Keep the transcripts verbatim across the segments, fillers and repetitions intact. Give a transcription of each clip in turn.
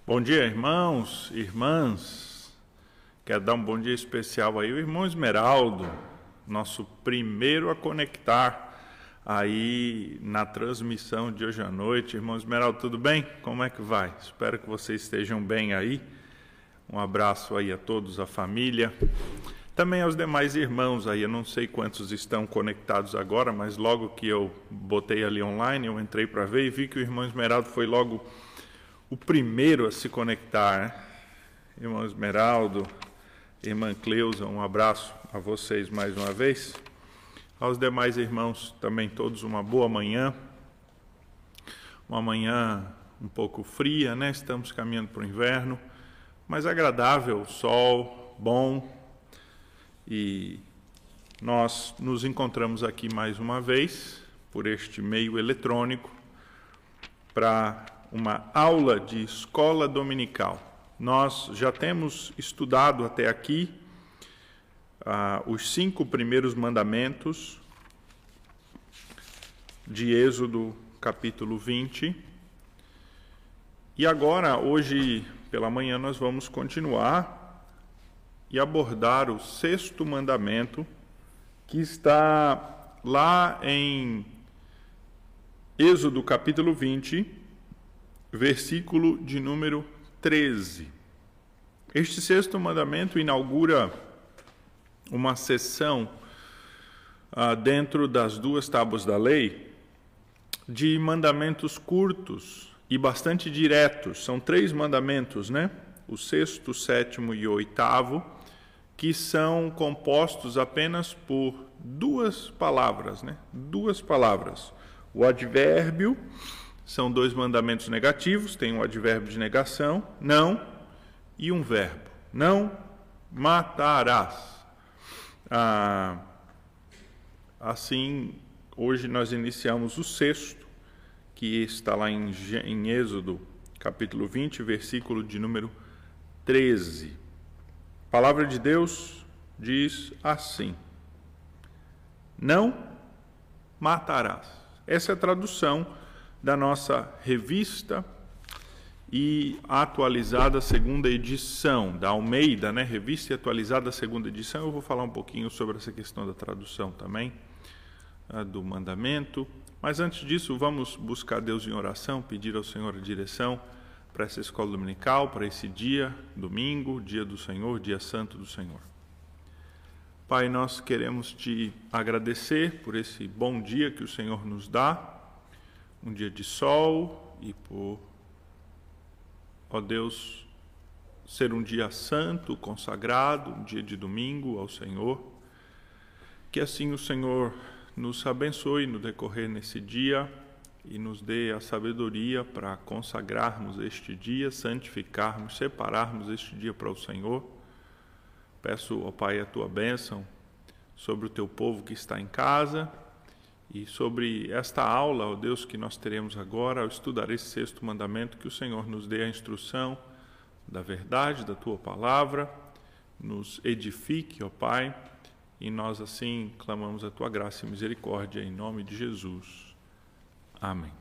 Bom dia, irmãos, irmãs. Quero dar um bom dia especial aí ao irmão Esmeraldo, nosso primeiro a conectar aí na transmissão de hoje à noite. Irmão Esmeraldo, tudo bem? Como é que vai? Espero que vocês estejam bem aí. Um abraço aí a todos, a família. Também aos demais irmãos aí, eu não sei quantos estão conectados agora, mas logo que eu botei ali online, eu entrei para ver e vi que o irmão Esmeraldo foi logo o primeiro a se conectar, né? Irmão Esmeraldo, irmã Cleusa, um abraço a vocês mais uma vez. Aos demais irmãos também todos uma boa manhã. Uma manhã um pouco fria, né? Estamos caminhando para o inverno, mas agradável, sol, bom. E nós nos encontramos aqui mais uma vez, por este meio eletrônico, para uma aula de escola dominical. Nós já temos estudado até aqui ah, os cinco primeiros mandamentos de Êxodo, capítulo vinte. E agora, hoje pela manhã, nós vamos continuar e abordar o sexto mandamento, que está lá em Êxodo, capítulo vinte, versículo de número treze. Este sexto mandamento inaugura uma seção ah, dentro das duas tábuas da lei de mandamentos curtos e bastante diretos. São três mandamentos, né? O sexto, o sétimo e o oitavo, que são compostos apenas por duas palavras, né? Duas palavras. O advérbio, são dois mandamentos negativos, tem um advérbio de negação, não, e um verbo, não matarás. Ah, assim, hoje nós iniciamos o sexto, que está lá em, em Êxodo, capítulo vinte, versículo de número treze. A palavra de Deus diz assim: não matarás. Essa é a tradução da nossa revista e atualizada segunda edição, da Almeida, né? Revista e atualizada segunda edição. Eu vou falar um pouquinho sobre essa questão da tradução também, do mandamento. Mas antes disso, vamos buscar Deus em oração, pedir ao Senhor a direção para essa escola dominical, para esse dia, domingo, dia do Senhor, dia santo do Senhor. Pai, nós queremos te agradecer por esse bom dia que o Senhor nos dá, um dia de sol, e por, ó Deus, ser um dia santo, consagrado, um dia de domingo ao Senhor. Que assim o Senhor nos abençoe no decorrer nesse dia e nos dê a sabedoria para consagrarmos este dia, santificarmos, separarmos este dia para o Senhor. Peço, ó Pai, a tua bênção sobre o teu povo que está em casa, e sobre esta aula, ó Deus, que nós teremos agora, ao estudar esse sexto mandamento, que o Senhor nos dê a instrução da verdade, da Tua palavra, nos edifique, ó Pai, e nós assim clamamos a Tua graça e misericórdia, em nome de Jesus. Amém.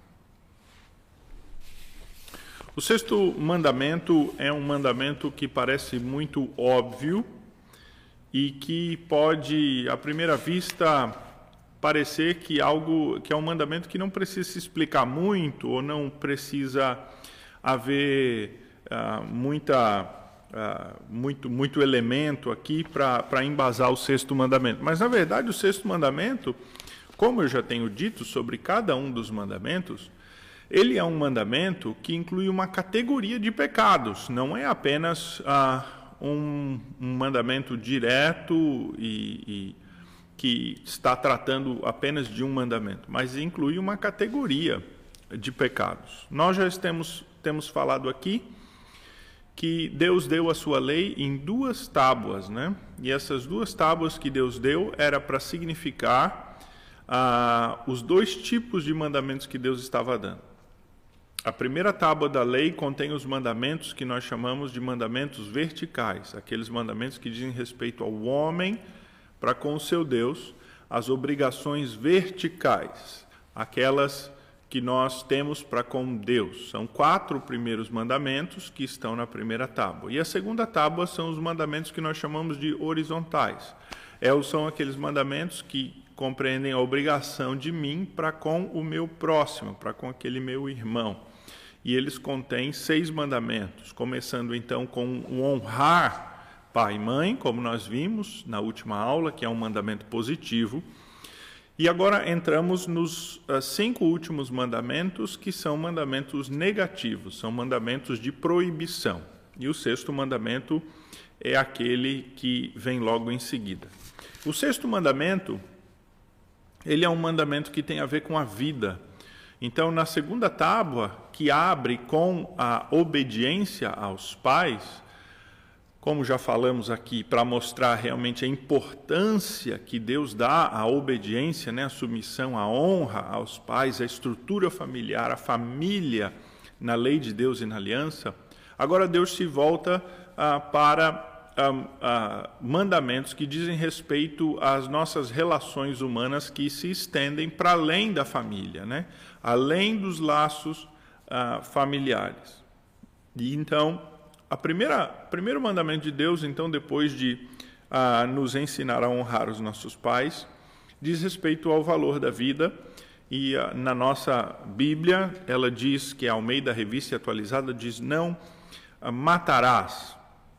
O sexto mandamento é um mandamento que parece muito óbvio e que pode, à primeira vista, parecer que algo que é um mandamento que não precisa se explicar muito, ou não precisa haver uh, muita uh, muito muito elemento aqui para para embasar o sexto mandamento. Mas na verdade o sexto mandamento, como eu já tenho dito sobre cada um dos mandamentos, ele é um mandamento que inclui uma categoria de pecados. Não é apenas uh, um, um mandamento direto e, e que está tratando apenas de um mandamento, mas inclui uma categoria de pecados. Nós já temos, temos falado aqui que Deus deu a sua lei em duas tábuas, né? E essas duas tábuas que Deus deu era para significar ah, os dois tipos de mandamentos que Deus estava dando. A primeira tábua da lei contém os mandamentos que nós chamamos de mandamentos verticais, aqueles mandamentos que dizem respeito ao homem para com o seu Deus, as obrigações verticais, aquelas que nós temos para com Deus. São quatro primeiros mandamentos que estão na primeira tábua. E a segunda tábua são os mandamentos que nós chamamos de horizontais. É, são aqueles mandamentos que compreendem a obrigação de mim para com o meu próximo, para com aquele meu irmão. E eles contêm seis mandamentos, começando então com o honrar pai e mãe, como nós vimos na última aula, que é um mandamento positivo. E agora entramos nos uh, cinco últimos mandamentos, que são mandamentos negativos, são mandamentos de proibição. E o sexto mandamento é aquele que vem logo em seguida. O sexto mandamento, ele é um mandamento que tem a ver com a vida. Então, na segunda tábua, que abre com a obediência aos pais, como já falamos aqui, para mostrar realmente a importância que Deus dá à obediência, né, a submissão, a honra aos pais, a estrutura familiar, a família na lei de Deus e na aliança, agora Deus se volta ah, para ah, ah, mandamentos que dizem respeito às nossas relações humanas que se estendem para além da família, né, além dos laços ah, familiares. E então, A primeira, primeiro mandamento de Deus, então, depois de ah, nos ensinar a honrar os nossos pais, diz respeito ao valor da vida. E ah, na nossa Bíblia, ela diz, que a Almeida Revista Atualizada diz, não ah, matarás.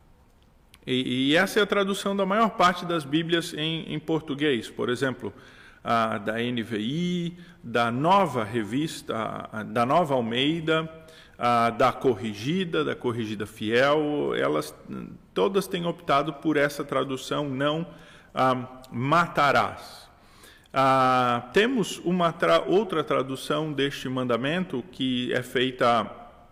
E, e essa é a tradução da maior parte das Bíblias em, em português. Por exemplo, ah, da N V I, da Nova Revista, ah, da Nova Almeida, Ah, da Corrigida, da Corrigida Fiel, elas todas têm optado por essa tradução, não ah, matarás. Ah, temos uma tra outra tradução deste mandamento que é feita,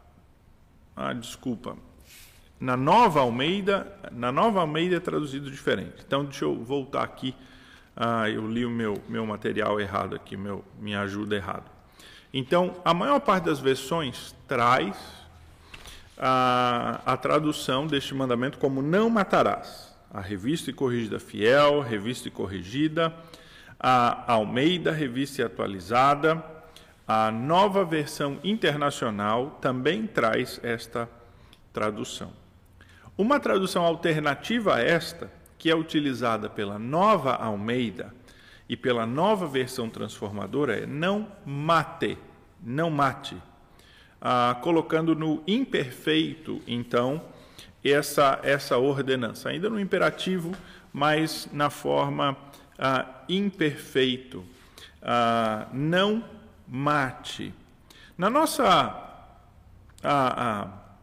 ah, desculpa, na Nova Almeida, na Nova Almeida é traduzido diferente. Então, deixa eu voltar aqui, ah, eu li o meu, meu material errado aqui, meu, minha ajuda errado. Então, a maior parte das versões traz a, a tradução deste mandamento como não matarás. A Revista e Corrigida Fiel, Revista e Corrigida, a Almeida, Revista e Atualizada, a Nova Versão Internacional também traz esta tradução. Uma tradução alternativa a esta, que é utilizada pela Nova Almeida, e pela Nova Versão Transformadora é não mate, não mate. Ah, colocando no imperfeito, então, essa, essa ordenança. Ainda no imperativo, mas na forma ah, imperfeito. Ah, não mate. Na nossa a, a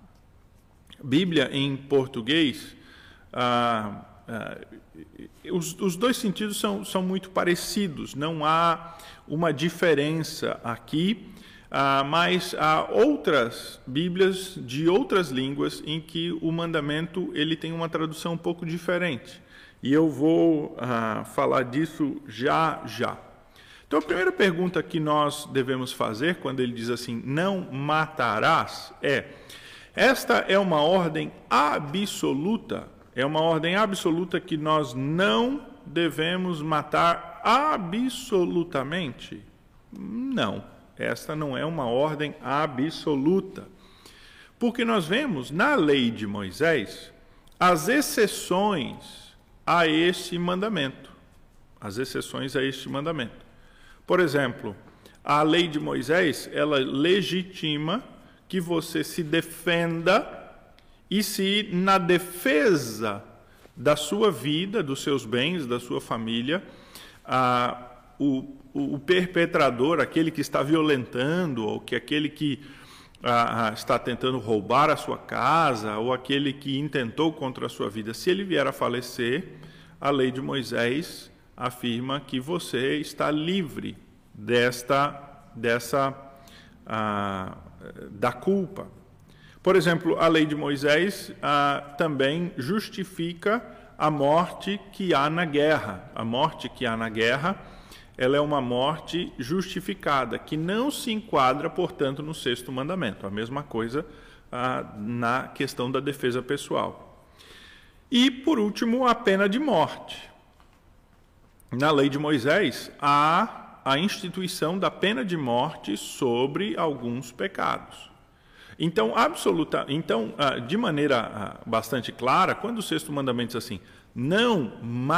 Bíblia em português, ah, ah, Os, os dois sentidos são, são muito parecidos, não há uma diferença aqui, ah, mas há outras Bíblias de outras línguas em que o mandamento ele tem uma tradução um pouco diferente. E eu vou ah, falar disso já já. Então, a primeira pergunta que nós devemos fazer quando ele diz assim, não matarás, é, esta é uma ordem absoluta? É uma ordem absoluta que nós não devemos matar absolutamente? Não, esta não é uma ordem absoluta. Porque nós vemos na lei de Moisés as exceções a este mandamento. As exceções a este mandamento. Por exemplo, a lei de Moisés, ela legitima que você se defenda. E se na defesa da sua vida, dos seus bens, da sua família, ah, o, o perpetrador, aquele que está violentando, ou que aquele que ah, está tentando roubar a sua casa, ou aquele que intentou contra a sua vida, se ele vier a falecer, a lei de Moisés afirma que você está livre desta, dessa, ah, da culpa. Por exemplo, a lei de Moisés ah, também justifica a morte que há na guerra. A morte que há na guerra, ela é uma morte justificada, que não se enquadra, portanto, no sexto mandamento. A mesma coisa ah, na questão da defesa pessoal. E, por último, a pena de morte. Na lei de Moisés, há a instituição da pena de morte sobre alguns pecados. Então, absoluta, então de maneira bastante clara, quando o sexto mandamento diz assim, não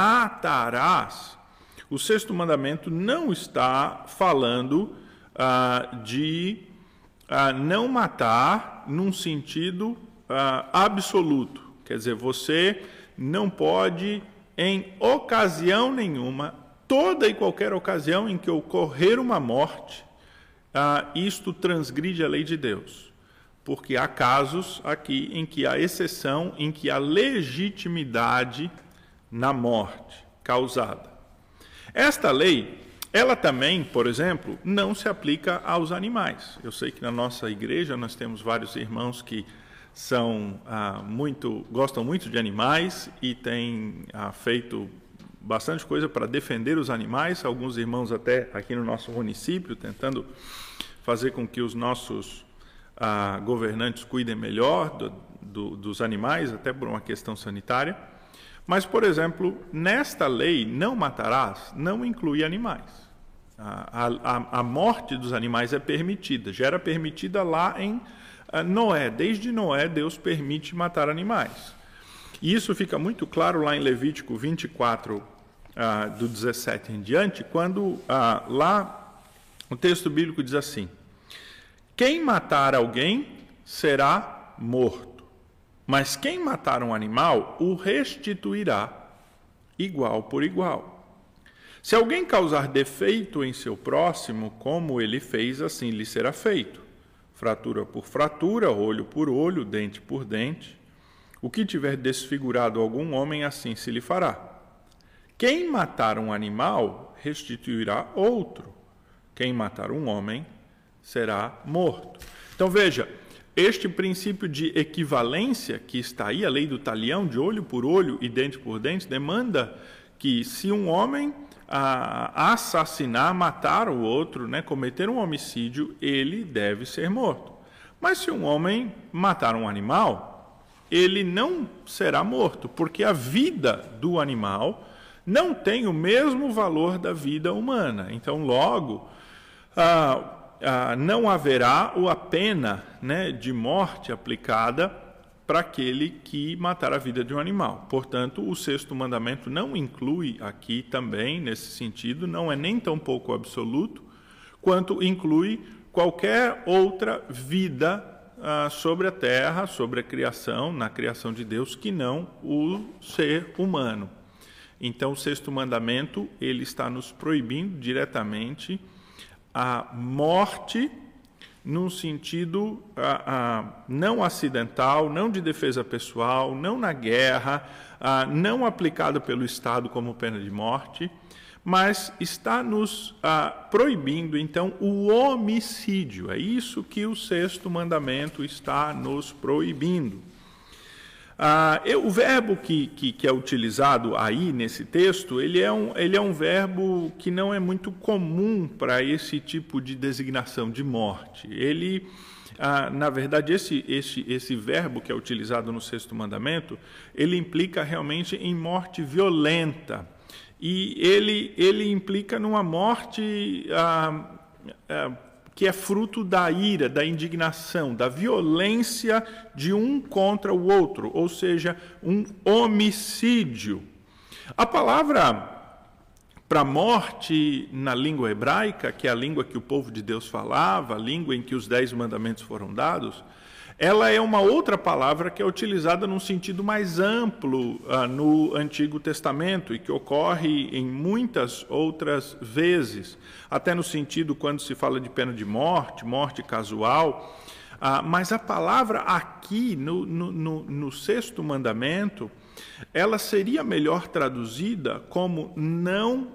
matarás, o sexto mandamento não está falando ah, de ah, não matar num sentido ah, absoluto. Quer dizer, você não pode, em ocasião nenhuma, toda e qualquer ocasião em que ocorrer uma morte, ah, isto transgride a lei de Deus. Porque há casos aqui em que há exceção, em que há legitimidade na morte causada. Esta lei, ela também, por exemplo, não se aplica aos animais. Eu sei que na nossa igreja nós temos vários irmãos que são ah, muito, gostam muito de animais e têm ah, feito bastante coisa para defender os animais. Alguns irmãos até aqui no nosso município tentando fazer com que os nossos ah, governantes cuidem melhor do, do, dos animais, até por uma questão sanitária. Mas, por exemplo, nesta lei, não matarás, não inclui animais. A, a, a morte dos animais é permitida, já era permitida lá em Noé. Desde Noé, Deus permite matar animais. E isso fica muito claro lá em Levítico vinte e quatro, ah, do dezessete em diante, quando ah, lá o texto bíblico diz assim, quem matar alguém será morto. Mas quem matar um animal, o restituirá igual por igual. Se alguém causar defeito em seu próximo, como ele fez, assim lhe será feito. Fratura por fratura, olho por olho, dente por dente. O que tiver desfigurado algum homem, assim se lhe fará. Quem matar um animal, restituirá outro. Quem matar um homem, será morto. Então veja, este princípio de equivalência que está aí, a lei do talião, de olho por olho e dente por dente, demanda que se um homem ah, assassinar, matar o outro, né, cometer um homicídio, ele deve ser morto. Mas se um homem matar um animal, ele não será morto, porque a vida do animal não tem o mesmo valor da vida humana. Então, logo, ah, Ah, não haverá a pena, né, de morte aplicada para aquele que matar a vida de um animal. Portanto, o sexto mandamento não inclui aqui também, nesse sentido, não é nem tão pouco absoluto, quanto inclui qualquer outra vida ah, sobre a terra, sobre a criação, na criação de Deus, que não o ser humano. Então, o sexto mandamento, ele está nos proibindo diretamente a morte num sentido ah, ah, não acidental, não de defesa pessoal, não na guerra, ah, não aplicado pelo Estado como pena de morte, mas está nos ah, proibindo, então, o homicídio. É isso que o sexto mandamento está nos proibindo. Ah, eu, o verbo que, que, que é utilizado aí nesse texto, ele é, um, ele é um verbo que não é muito comum para esse tipo de designação de morte. Ele, ah, na verdade, esse, esse, esse verbo que é utilizado no sexto mandamento, ele implica realmente em morte violenta. E ele, ele implica numa morte ah, ah, que é fruto da ira, da indignação, da violência de um contra o outro, ou seja, um homicídio. A palavra para morte na língua hebraica, que é a língua que o povo de Deus falava, a língua em que os dez mandamentos foram dados, ela é uma outra palavra que é utilizada num sentido mais amplo ah, no Antigo Testamento e que ocorre em muitas outras vezes, até no sentido quando se fala de pena de morte, morte casual. Ah, mas a palavra aqui, no, no, no, no sexto mandamento, ela seria melhor traduzida como não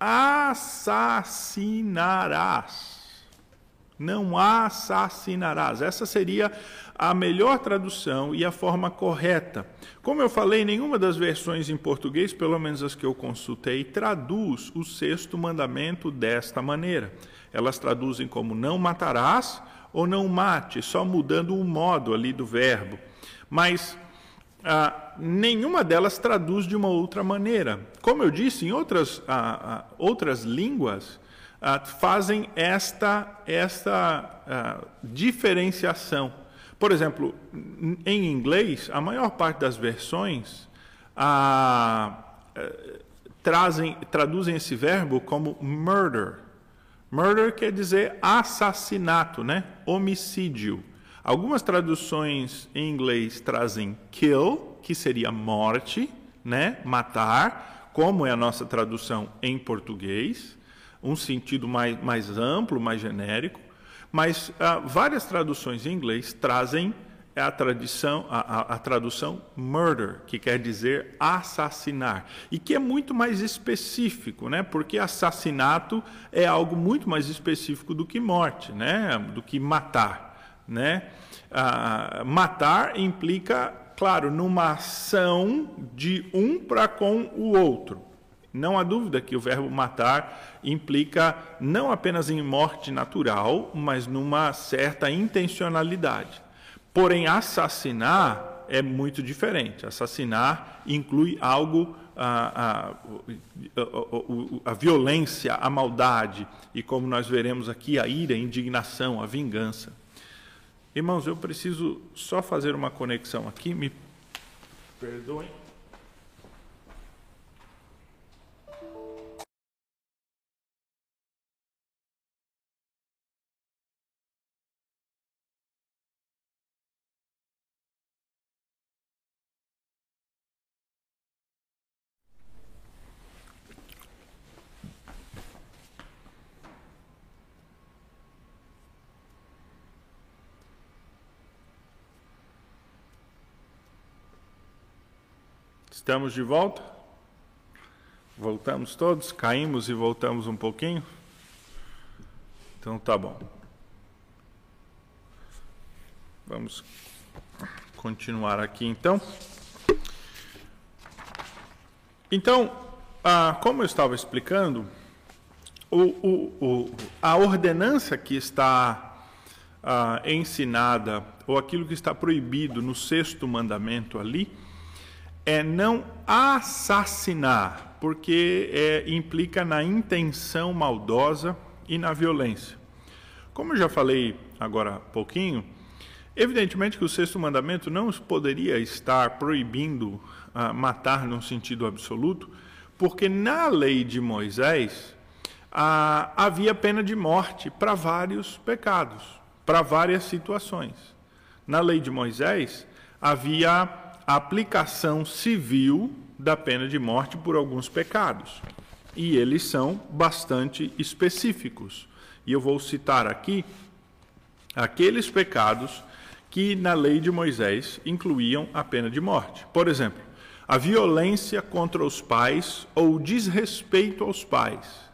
assassinarás. Não assassinarás. Essa seria a melhor tradução e a forma correta. Como eu falei, nenhuma das versões em português, pelo menos as que eu consultei, traduz o sexto mandamento desta maneira. Elas traduzem como não matarás ou não mate, só mudando o modo ali do verbo. Mas ah, nenhuma delas traduz de uma outra maneira. Como eu disse, em outras, ah, ah, outras línguas, uh, fazem esta, esta uh, diferenciação. Por exemplo, em inglês, a maior parte das versões uh, uh, trazem, traduzem esse verbo como murder. Murder quer dizer assassinato, né? Homicídio. Algumas traduções em inglês trazem kill, que seria morte, né? Matar, como é a nossa tradução em português, um sentido mais, mais amplo, mais genérico. Mas uh, várias traduções em inglês trazem a, tradição, a, a, a tradução murder, que quer dizer assassinar, e que é muito mais específico, né? Porque assassinato é algo muito mais específico do que morte, né? Do que matar. Né? Ah, matar implica, claro, numa ação de um para com o outro. Não há dúvida que o verbo matar implica não apenas em morte natural, mas numa certa intencionalidade. Porém, assassinar é muito diferente. Assassinar inclui algo, a, a, a, a violência, a maldade, e como nós veremos aqui, a ira, a indignação, a vingança. Irmãos, eu preciso só fazer uma conexão aqui, me perdoem. Estamos de volta? Voltamos todos? Caímos e voltamos um pouquinho? Então tá bom. Vamos continuar aqui então. Então, ah, como eu estava explicando, o, o, o, a ordenança que está ah, ensinada, ou aquilo que está proibido no sexto mandamento ali, é não assassinar, porque é, implica na intenção maldosa e na violência. Como eu já falei agora há pouquinho, evidentemente que o sexto mandamento não poderia estar proibindo ah, matar num sentido absoluto, porque na lei de Moisés ah, havia pena de morte para vários pecados, para várias situações. Na lei de Moisés havia a aplicação civil da pena de morte por alguns pecados. E eles são bastante específicos. E eu vou citar aqui aqueles pecados que na lei de Moisés incluíam a pena de morte. Por exemplo, a violência contra os pais ou desrespeito aos pais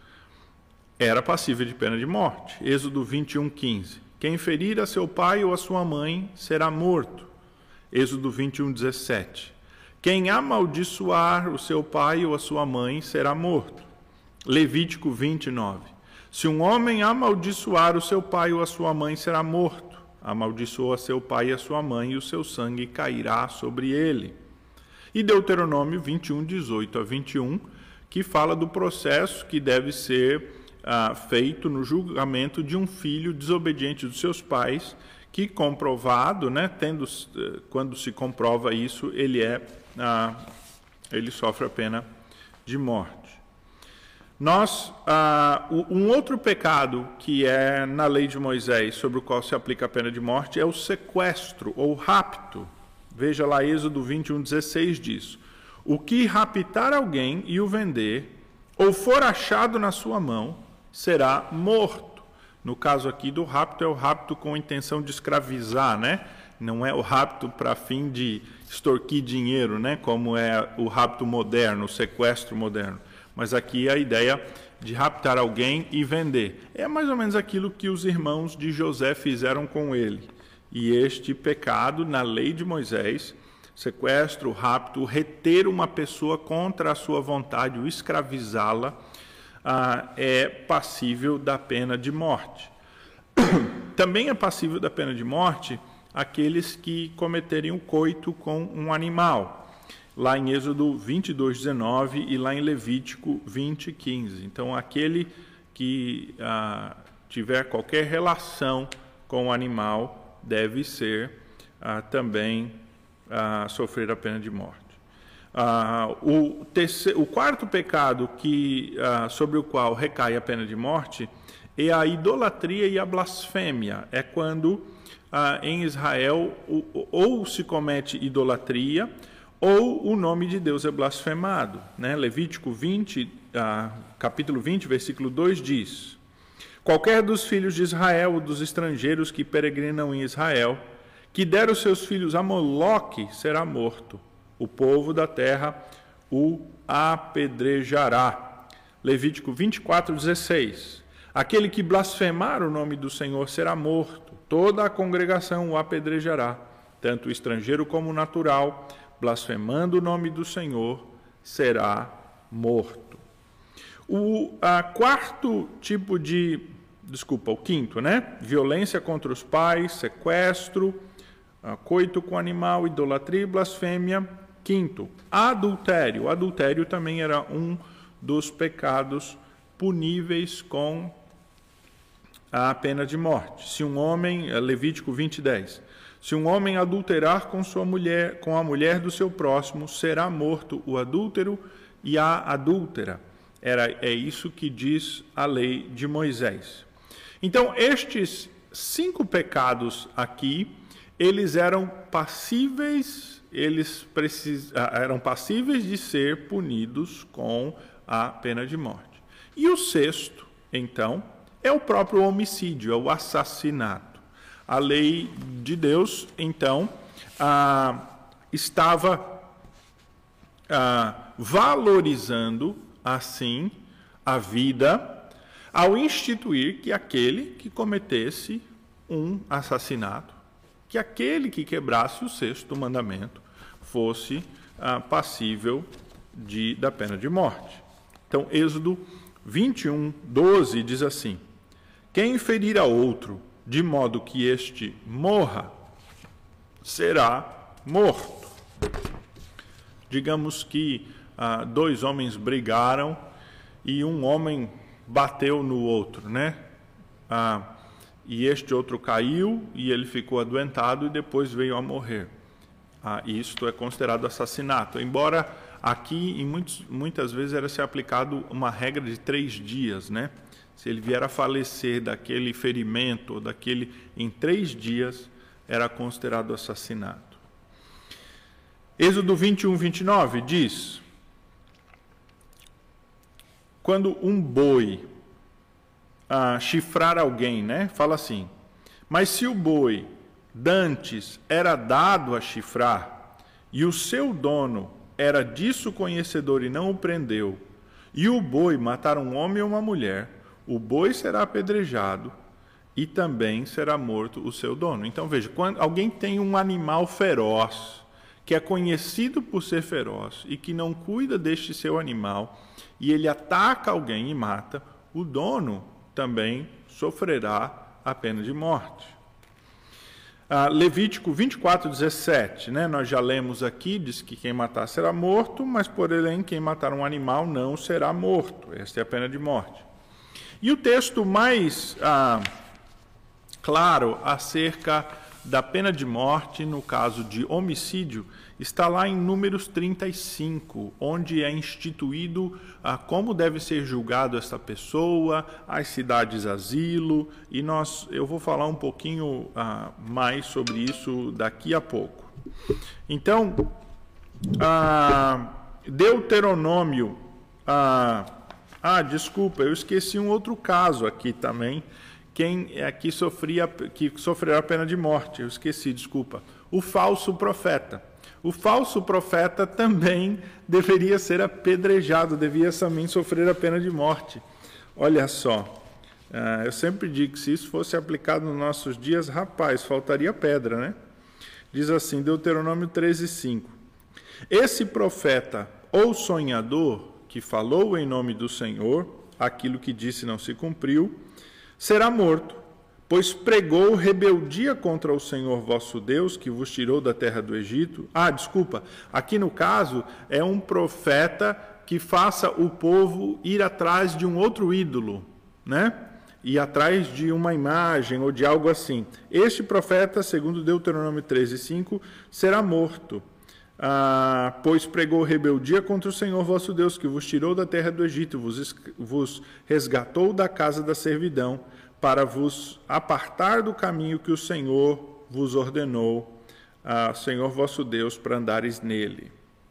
era passível de pena de morte. Êxodo vinte e um, quinze. Quem ferir a seu pai ou a sua mãe será morto. Êxodo vinte e um, dezessete. Quem amaldiçoar o seu pai ou a sua mãe será morto. Levítico vinte e nove. Se um homem amaldiçoar o seu pai ou a sua mãe, será morto. Amaldiçoa seu pai e a sua mãe, e o seu sangue cairá sobre ele. E Deuteronômio vinte e um, dezoito a vinte e um, que fala do processo que deve ser ah, feito no julgamento de um filho desobediente dos seus pais, que comprovado, né, tendo, quando se comprova isso, ele, é, ah, ele sofre a pena de morte. Nós, ah, um outro pecado que é na lei de Moisés, sobre o qual se aplica a pena de morte, é o sequestro ou rapto. Veja lá, Êxodo vinte e um, dezesseis diz: o que raptar alguém e o vender, ou for achado na sua mão, será morto. No caso aqui do rapto, é o rapto com a intenção de escravizar, né? Não é o rapto para fim de extorquir dinheiro, né? Como é o rapto moderno, o sequestro moderno. Mas aqui é a ideia de raptar alguém e vender. É mais ou menos aquilo que os irmãos de José fizeram com ele. E este pecado, na lei de Moisés, sequestro, rapto, reter uma pessoa contra a sua vontade, o escravizá-la, Ah, é passível da pena de morte. Também é passível da pena de morte aqueles que cometerem o coito com um animal, lá em Êxodo vinte e dois, dezenove e lá em Levítico vinte, quinze. Então, aquele que ah, tiver qualquer relação com o animal deve ser ah, também ah, sofrer a pena de morte. Ah, o, terceiro, o quarto pecado que, ah, sobre o qual recai a pena de morte é a idolatria e a blasfêmia. É quando ah, em Israel ou, ou se comete idolatria ou o nome de Deus é blasfemado, né? Levítico vinte, ah, capítulo vinte, versículo dois diz: qualquer dos filhos de Israel ou dos estrangeiros que peregrinam em Israel, que der os seus filhos a Moloque, será morto. O povo da terra o apedrejará. Levítico vinte e quatro, dezesseis. Aquele que blasfemar o nome do Senhor será morto. Toda a congregação o apedrejará, tanto o estrangeiro como o natural, blasfemando o nome do Senhor, será morto. O a, quarto tipo de... Desculpa, o quinto, né? Violência contra os pais, sequestro, a, coito com animal, idolatria e blasfêmia. Quinto, adultério. O adultério também era um dos pecados puníveis com a pena de morte. Se um homem, Levítico vinte, dez, se um homem adulterar com sua mulher, com a mulher do seu próximo, será morto o adúltero e a adúltera. Era, é isso que diz a lei de Moisés. Então, estes cinco pecados aqui, eles eram passíveis, eles precis, eram passíveis de ser punidos com a pena de morte. E o sexto, então, é o próprio homicídio, é o assassinato. A lei de Deus, então, ah, estava ah, valorizando, assim, a vida, ao instituir que aquele que cometesse um assassinato, que aquele que quebrasse o sexto mandamento, fosse ah, passível de, da pena de morte. Então, Êxodo vinte e um, doze diz assim: quem ferir a outro, de modo que este morra, será morto. Digamos que ah, dois homens brigaram e um homem bateu no outro, né? Ah, e este outro caiu e ele ficou adoentado e depois veio a morrer. Ah, isto é considerado assassinato, embora aqui em muitos, muitas vezes era ser aplicado uma regra de três dias, né? Se ele vier a falecer daquele ferimento ou daquele em três dias, era considerado assassinato. Êxodo vinte e um, vinte e nove diz: quando um boi ah, chifrar alguém, né? Fala assim: mas se o boi dantes era dado a chifrar, e o seu dono era disso conhecedor e não o prendeu, e o boi matar um homem ou uma mulher, o boi será apedrejado e também será morto o seu dono. Então veja, quando alguém tem um animal feroz, que é conhecido por ser feroz e que não cuida deste seu animal, e ele ataca alguém e mata, o dono também sofrerá a pena de morte. Ah, Levítico vinte e quatro, dezessete, né? Nós já lemos aqui, diz que quem matar será morto, mas porém quem matar um animal não será morto. Esta é a pena de morte. E o texto mais ah, claro acerca da pena de morte, no caso de homicídio, está lá em Números trinta e cinco, onde é instituído ah, como deve ser julgado esta pessoa, as cidades asilo, e nós, eu vou falar um pouquinho ah, mais sobre isso daqui a pouco. Então, ah, Deuteronômio... Ah, ah, desculpa, eu esqueci um outro caso aqui também, quem aqui sofria, que sofrerá a pena de morte, eu esqueci, desculpa, o falso profeta. O falso profeta também deveria ser apedrejado, devia também sofrer a pena de morte. Olha só, eu sempre digo que se isso fosse aplicado nos nossos dias, rapaz, faltaria pedra, né? Diz assim, Deuteronômio treze, cinco. Esse profeta ou sonhador que falou em nome do Senhor, aquilo que disse não se cumpriu, será morto, pois pregou rebeldia contra o Senhor vosso Deus, que vos tirou da terra do Egito. Ah, desculpa, aqui no caso é um profeta que faça o povo ir atrás de um outro ídolo, né? E atrás de uma imagem ou de algo assim. Este profeta, segundo Deuteronômio treze, cinco, será morto, ah, pois pregou rebeldia contra o Senhor vosso Deus, que vos tirou da terra do Egito, vos, vos resgatou da casa da servidão, para vos apartar do caminho que o Senhor vos ordenou, ah, Senhor vosso Deus, para andares nele.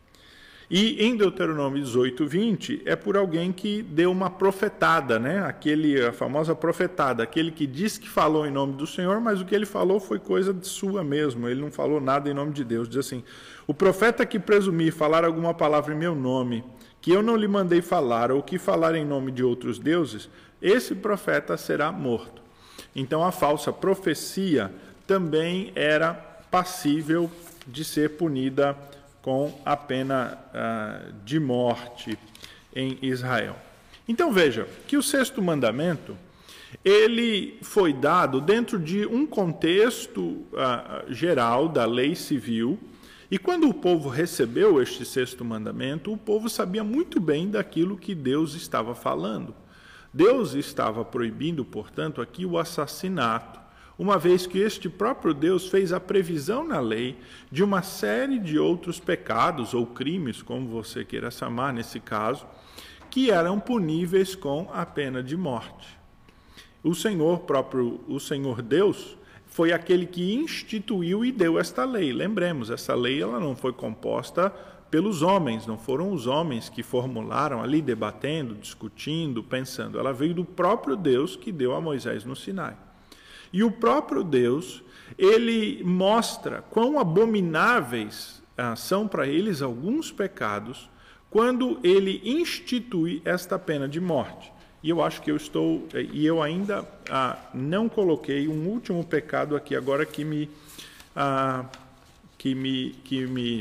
E em Deuteronômio dezoito, vinte, é por alguém que deu uma profetada, né? Aquele, a famosa profetada, aquele que diz que falou em nome do Senhor, mas o que ele falou foi coisa de sua mesmo, ele não falou nada em nome de Deus. Diz assim: o profeta que presumir falar alguma palavra em meu nome, que eu não lhe mandei falar, ou que falar em nome de outros deuses, esse profeta será morto. Então a falsa profecia também era passível de ser punida com a pena uh, de morte em Israel. Então veja que o sexto mandamento, ele foi dado dentro de um contexto uh, geral da lei civil, e quando o povo recebeu este sexto mandamento, o povo sabia muito bem daquilo que Deus estava falando. Deus estava proibindo, portanto, aqui o assassinato, uma vez que este próprio Deus fez a previsão na lei de uma série de outros pecados ou crimes, como você queira chamar nesse caso, que eram puníveis com a pena de morte. O Senhor próprio, o Senhor Deus, foi aquele que instituiu e deu esta lei. Lembremos, essa lei ela não foi composta pelos homens, não foram os homens que formularam ali, debatendo, discutindo, pensando. Ela veio do próprio Deus que deu a Moisés no Sinai. E o próprio Deus, ele mostra quão abomináveis ah, são para eles alguns pecados quando ele institui esta pena de morte. E eu acho que eu estou, e eu ainda ah, não coloquei um último pecado aqui agora que me, ah, que me, que me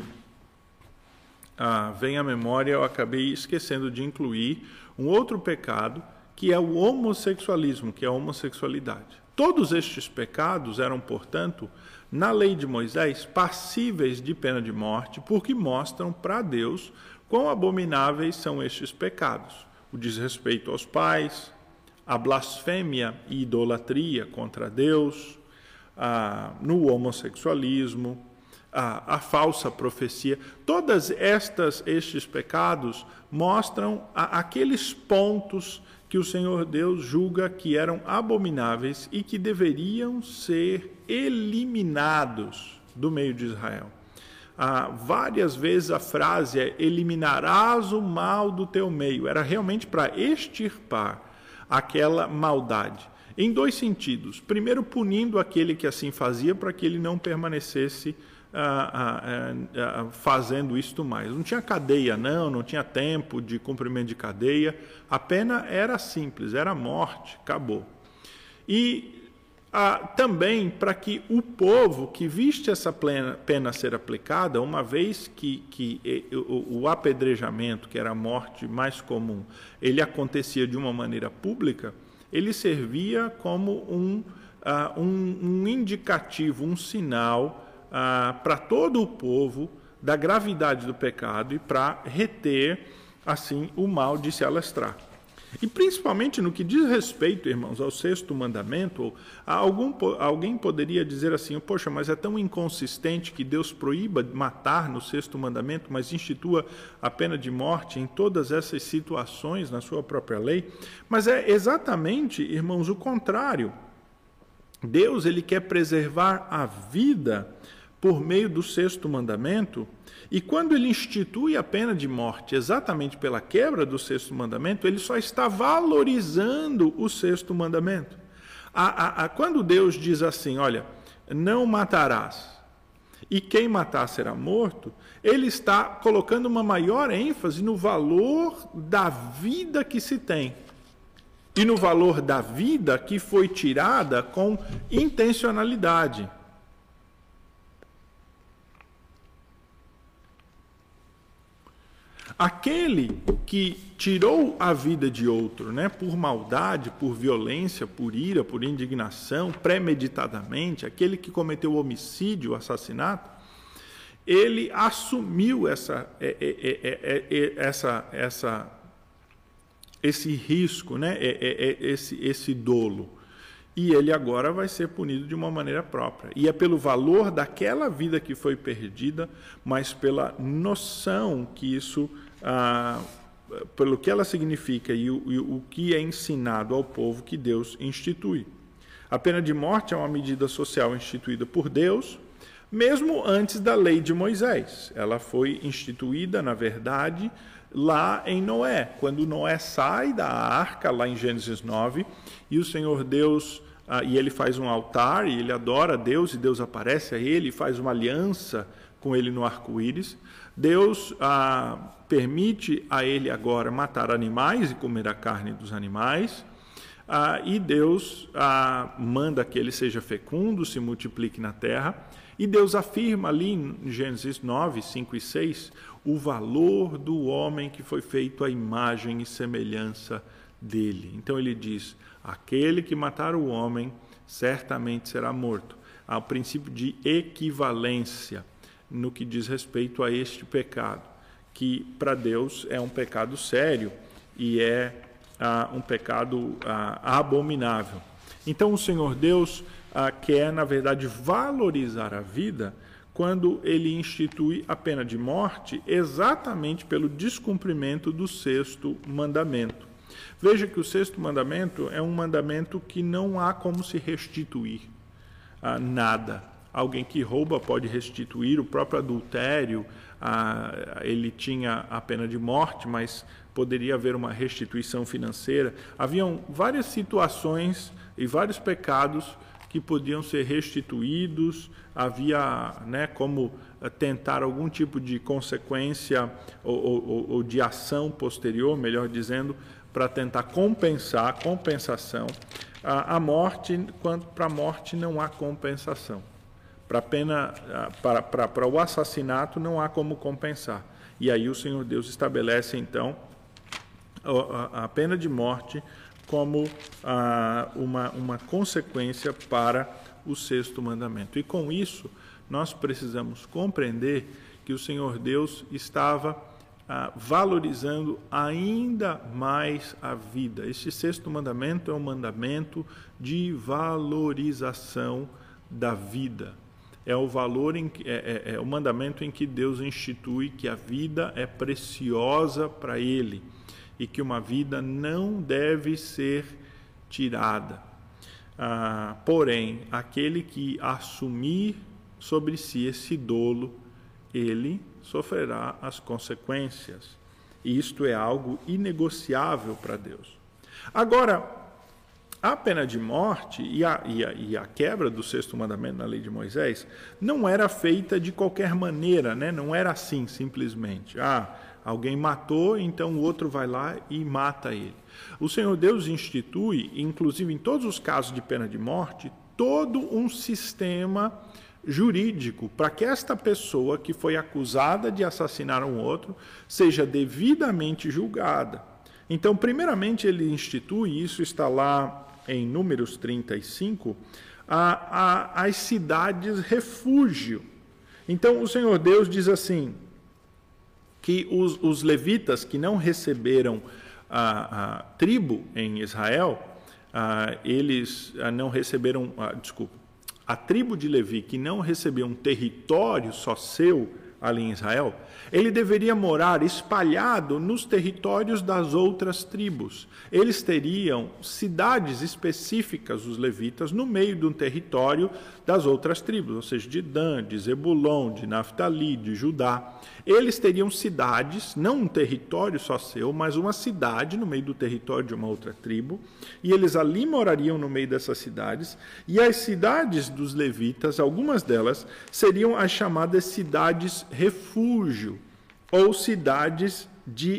ah, vem à memória, eu acabei esquecendo de incluir um outro pecado, que é o homossexualismo, que é a homossexualidade. Todos estes pecados eram, portanto, na lei de Moisés, passíveis de pena de morte, porque mostram para Deus quão abomináveis são estes pecados. O desrespeito aos pais, a blasfêmia e idolatria contra Deus, a, no homossexualismo, a, a falsa profecia. Todas estas, estes pecados mostram a, aqueles pontos que o Senhor Deus julga que eram abomináveis e que deveriam ser eliminados do meio de Israel. Ah, várias vezes a frase é: eliminarás o mal do teu meio. Era realmente para extirpar aquela maldade. Em dois sentidos. Primeiro, punindo aquele que assim fazia para que ele não permanecesse Ah, ah, ah, fazendo isto mais. Não tinha cadeia, não, não tinha tempo de cumprimento de cadeia, a pena era simples, era morte, acabou. E ah, também para que o povo que viste essa plena, pena ser aplicada, uma vez que, que o, o apedrejamento, que era a morte mais comum, ele acontecia de uma maneira pública, ele servia como um, ah, um, um indicativo, um sinal Ah, para todo o povo da gravidade do pecado e para reter, assim, o mal de se alastrar. E principalmente no que diz respeito, irmãos, ao sexto mandamento, algum, alguém poderia dizer assim: poxa, mas é tão inconsistente que Deus proíba matar no sexto mandamento, mas institua a pena de morte em todas essas situações na sua própria lei. Mas é exatamente, irmãos, o contrário. Deus, ele quer preservar a vida por meio do sexto mandamento, e quando ele institui a pena de morte exatamente pela quebra do sexto mandamento, ele só está valorizando o sexto mandamento. A, a, a, quando Deus diz assim, olha, não matarás, e quem matar será morto, ele está colocando uma maior ênfase no valor da vida que se tem, e no valor da vida que foi tirada com intencionalidade. Aquele que tirou a vida de outro, né, por maldade, por violência, por ira, por indignação, premeditadamente, aquele que cometeu homicídio, assassinato, ele assumiu essa, essa, essa, esse risco, né? é, é, é esse, esse dolo. E ele agora vai ser punido de uma maneira própria. E é pelo valor daquela vida que foi perdida, mas pela noção que isso, ah, pelo que ela significa e o, e o que é ensinado ao povo que Deus institui. A pena de morte é uma medida social instituída por Deus, mesmo antes da lei de Moisés. Ela foi instituída, na verdade, lá em Noé, quando Noé sai da arca, lá em Gênesis nove, e o Senhor Deus, ah, e ele faz um altar, e ele adora a Deus, e Deus aparece a ele, e faz uma aliança com ele no arco-íris. Deus ah, permite a ele agora matar animais e comer a carne dos animais, ah, e Deus ah, manda que ele seja fecundo, se multiplique na terra, e Deus afirma ali em Gênesis nove, cinco e seis, o valor do homem que foi feito à imagem e semelhança dele. Então ele diz, aquele que matar o homem certamente será morto. Há o princípio de equivalência no que diz respeito a este pecado, que para Deus é um pecado sério e é ah, um pecado ah, abominável. Então o Senhor Deus ah, quer, na verdade, valorizar a vida quando ele institui a pena de morte exatamente pelo descumprimento do sexto mandamento. Veja que o sexto mandamento é um mandamento que não há como se restituir ah, nada. Alguém que rouba pode restituir, o próprio adultério, ah, ele tinha a pena de morte, mas poderia haver uma restituição financeira. Haviam várias situações e vários pecados que podiam ser restituídos, havia né, como tentar algum tipo de consequência ou, ou, ou de ação posterior, melhor dizendo, para tentar compensar, compensação. A, a morte, quanto para a morte não há compensação. Para a pena, para, para, para o assassinato não há como compensar. E aí o Senhor Deus estabelece, então, a, a pena de morte como ah, uma, uma consequência para o sexto mandamento. E com isso, nós precisamos compreender que o Senhor Deus estava ah, valorizando ainda mais a vida. Este sexto mandamento é um mandamento de valorização da vida. É o valor em que, é, é, é o mandamento em que Deus institui que a vida é preciosa para Ele e que uma vida não deve ser tirada. Ah, porém, aquele que assumir sobre si esse dolo, ele sofrerá as consequências. E isto é algo inegociável para Deus. Agora, a pena de morte e a, e, a, e a quebra do sexto mandamento na lei de Moisés não era feita de qualquer maneira, né? Não era assim, simplesmente. Ah, alguém matou, então o outro vai lá e mata ele. O Senhor Deus institui, inclusive em todos os casos de pena de morte, todo um sistema jurídico para que esta pessoa que foi acusada de assassinar um outro seja devidamente julgada. Então, primeiramente, ele institui, isso está lá em Números trinta e cinco, a, a, as cidades refúgio. Então, o Senhor Deus diz assim, que os, os levitas que não receberam a, a tribo em Israel, a, eles a, não receberam, a, desculpa, a tribo de Levi que não recebeu um território só seu ali em Israel, ele deveria morar espalhado nos territórios das outras tribos. Eles teriam cidades específicas, os levitas, no meio de um território das outras tribos, ou seja, de Dan, de Zebulon, de Naftali, de Judá. Eles teriam cidades, não um território só seu, mas uma cidade no meio do território de uma outra tribo, e eles ali morariam no meio dessas cidades, e as cidades dos levitas, algumas delas, seriam as chamadas cidades refúgio, ou cidades de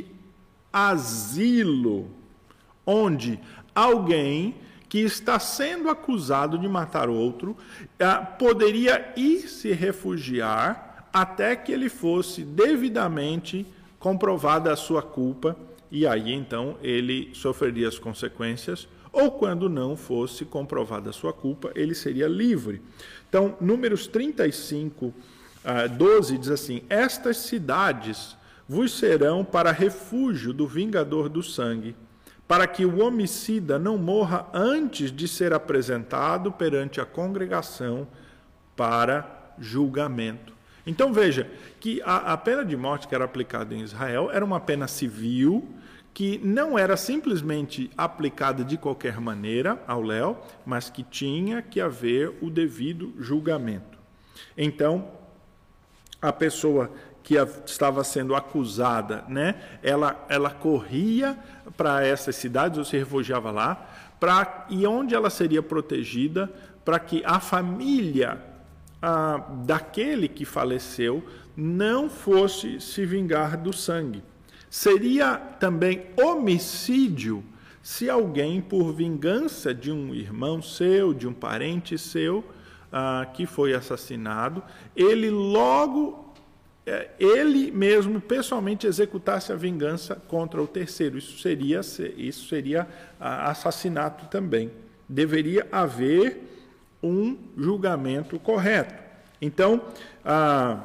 asilo, onde alguém que está sendo acusado de matar outro poderia ir se refugiar até que ele fosse devidamente comprovada a sua culpa, e aí então ele sofreria as consequências, ou quando não fosse comprovada a sua culpa, ele seria livre. Então, Números trinta e cinco, doze diz assim, estas cidades vos serão para refúgio do vingador do sangue, para que o homicida não morra antes de ser apresentado perante a congregação para julgamento. Então veja que a, a pena de morte que era aplicada em Israel era uma pena civil, que não era simplesmente aplicada de qualquer maneira ao Léo, mas que tinha que haver o devido julgamento. Então, a pessoa que estava sendo acusada, né, ela, ela corria para essas cidades, ou se refugiava lá, pra, e onde ela seria protegida, para que a família ah, daquele que faleceu não fosse se vingar do sangue. Seria também homicídio se alguém, por vingança de um irmão seu, de um parente seu, ah, que foi assassinado, ele logo, eh, ele mesmo pessoalmente executasse a vingança contra o terceiro. Isso seria, isso seria ah, assassinato também. Deveria haver um julgamento correto. Então, ah,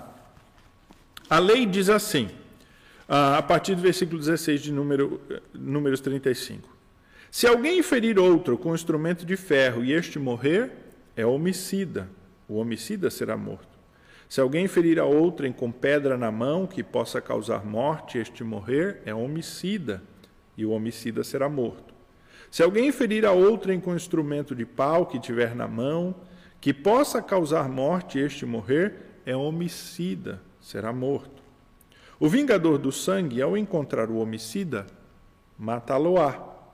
a lei diz assim, a partir do versículo dezesseis de número, Números trinta e cinco. Se alguém ferir outro com instrumento de ferro e este morrer, é homicida. O homicida será morto. Se alguém ferir a outrem com pedra na mão que possa causar morte e este morrer, é homicida. E o homicida será morto. Se alguém ferir a outrem com instrumento de pau que tiver na mão, que possa causar morte e este morrer, é homicida. Será morto. O vingador do sangue, ao encontrar o homicida, matá-lo-á.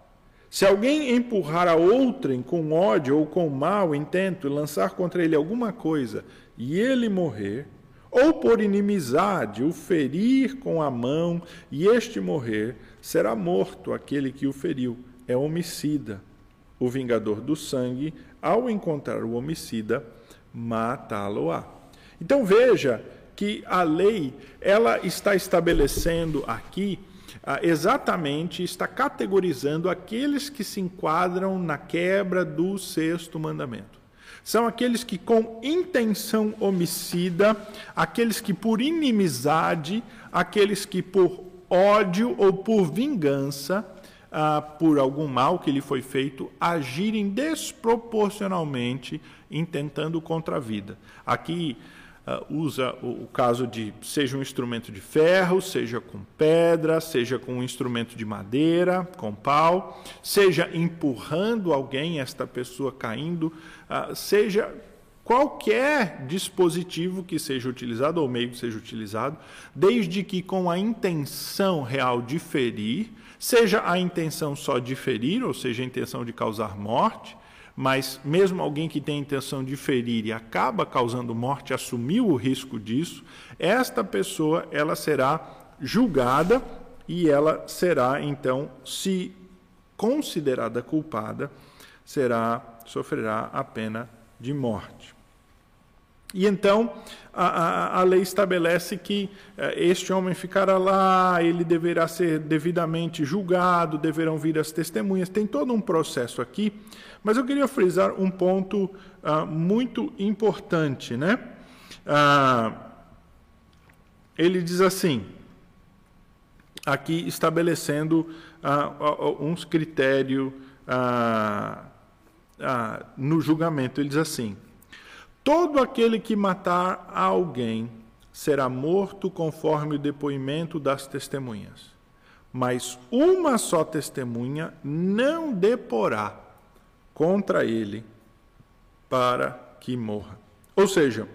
Se alguém empurrar a outrem com ódio ou com mau intento e lançar contra ele alguma coisa e ele morrer, ou por inimizade o ferir com a mão e este morrer, será morto aquele que o feriu. É homicida. O vingador do sangue, ao encontrar o homicida, matá-lo-á. Então veja que a lei, ela está estabelecendo aqui, ah, exatamente, está categorizando aqueles que se enquadram na quebra do sexto mandamento. São aqueles que com intenção homicida, aqueles que por inimizade, aqueles que por ódio ou por vingança, ah, por algum mal que lhe foi feito, agirem desproporcionalmente, intentando contra a vida. Aqui, Uh, usa o, o caso de, seja um instrumento de ferro, seja com pedra, seja com um instrumento de madeira, com pau, seja empurrando alguém, esta pessoa caindo, uh, seja qualquer dispositivo que seja utilizado, ou meio que seja utilizado, desde que com a intenção real de ferir, seja a intenção só de ferir, ou seja, a intenção de causar morte, mas mesmo alguém que tem a intenção de ferir e acaba causando morte, assumiu o risco disso, esta pessoa ela será julgada e ela será, então, se considerada culpada, será, sofrerá a pena de morte. E então, a, a, a lei estabelece que eh, este homem ficará lá, ele deverá ser devidamente julgado, deverão vir as testemunhas, tem todo um processo aqui, mas eu queria frisar um ponto ah, muito importante, né? Ah, ele diz assim, aqui estabelecendo ah, uns critérios ah, ah, no julgamento, ele diz assim, todo aquele que matar alguém será morto conforme o depoimento das testemunhas, mas uma só testemunha não deporá contra ele para que morra. Ou seja,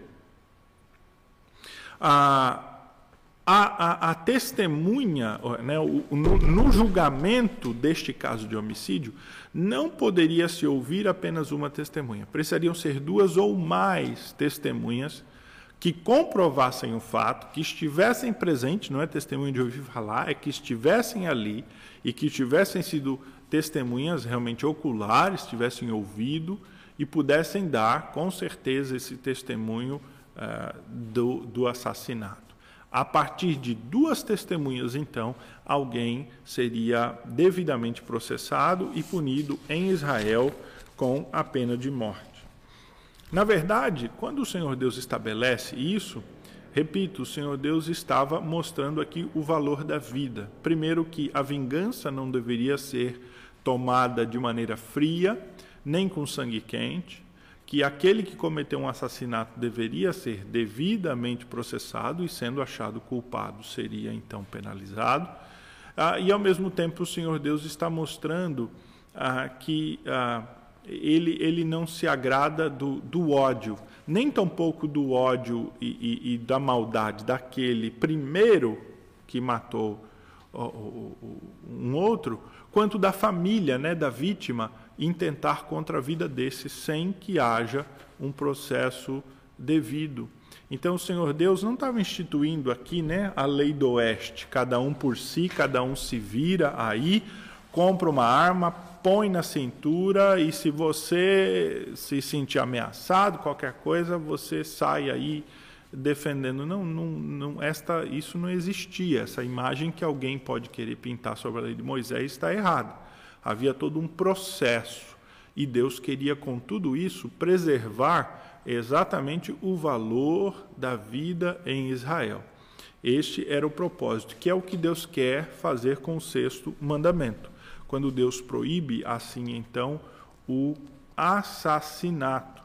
a, a, a, a testemunha, né, o, no, no julgamento deste caso de homicídio, não poderia se ouvir apenas uma testemunha. Precisariam ser duas ou mais testemunhas que comprovassem o fato, que estivessem presentes, não é testemunha de ouvir falar, é que estivessem ali e que tivessem sido testemunhas realmente oculares, tivessem ouvido e pudessem dar, com certeza, esse testemunho uh, do, do assassinato. A partir de duas testemunhas, então, alguém seria devidamente processado e punido em Israel com a pena de morte. Na verdade, quando o Senhor Deus estabelece isso, repito, o Senhor Deus estava mostrando aqui o valor da vida. Primeiro, que a vingança não deveria ser tomada de maneira fria, nem com sangue quente, que aquele que cometeu um assassinato deveria ser devidamente processado e, sendo achado culpado, seria então penalizado. Ah, e, ao mesmo tempo, o Senhor Deus está mostrando ah, que ah, ele, ele não se agrada do, do ódio, nem tampouco do ódio e, e, e da maldade daquele primeiro que matou o, o, um outro, quanto da família, né, da vítima, intentar contra a vida desse sem que haja um processo devido. Então o Senhor Deus não estava instituindo aqui, né, a lei do oeste, cada um por si, cada um se vira aí, compra uma arma, põe na cintura e se você se sentir ameaçado, qualquer coisa, você sai aí defendendo. Não, não, não, esta, isso não existia. Essa imagem que alguém pode querer pintar sobre a lei de Moisés está errada. Havia todo um processo e Deus queria com tudo isso preservar exatamente o valor da vida em Israel. Este era o propósito, que é o que Deus quer fazer com o sexto mandamento. Quando Deus proíbe, assim então, o assassinato.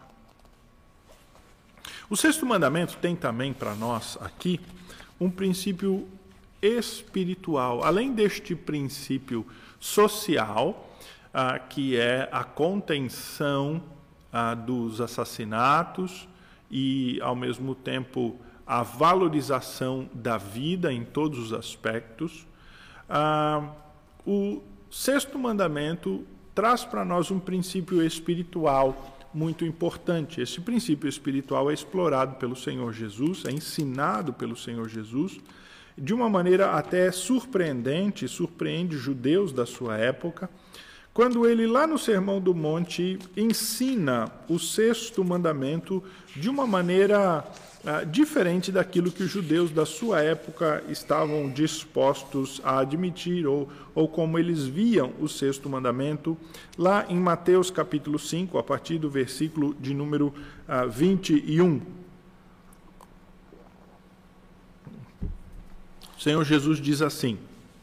O sexto mandamento tem também para nós aqui um princípio espiritual. Além deste princípio social, ah, que é a contenção ah, dos assassinatos e, ao mesmo tempo, a valorização da vida em todos os aspectos, ah, o sexto mandamento traz para nós um princípio espiritual muito importante. Esse princípio espiritual é explorado pelo Senhor Jesus, é ensinado pelo Senhor Jesus, de uma maneira até surpreendente, surpreende judeus da sua época, quando ele, lá no Sermão do Monte, ensina o sexto mandamento de uma maneira ah, diferente daquilo que os judeus da sua época estavam dispostos a admitir, ou, ou como eles viam o sexto mandamento, lá em Mateus capítulo cinco, a partir do versículo de número ah, vinte e um. O Senhor Jesus diz assim: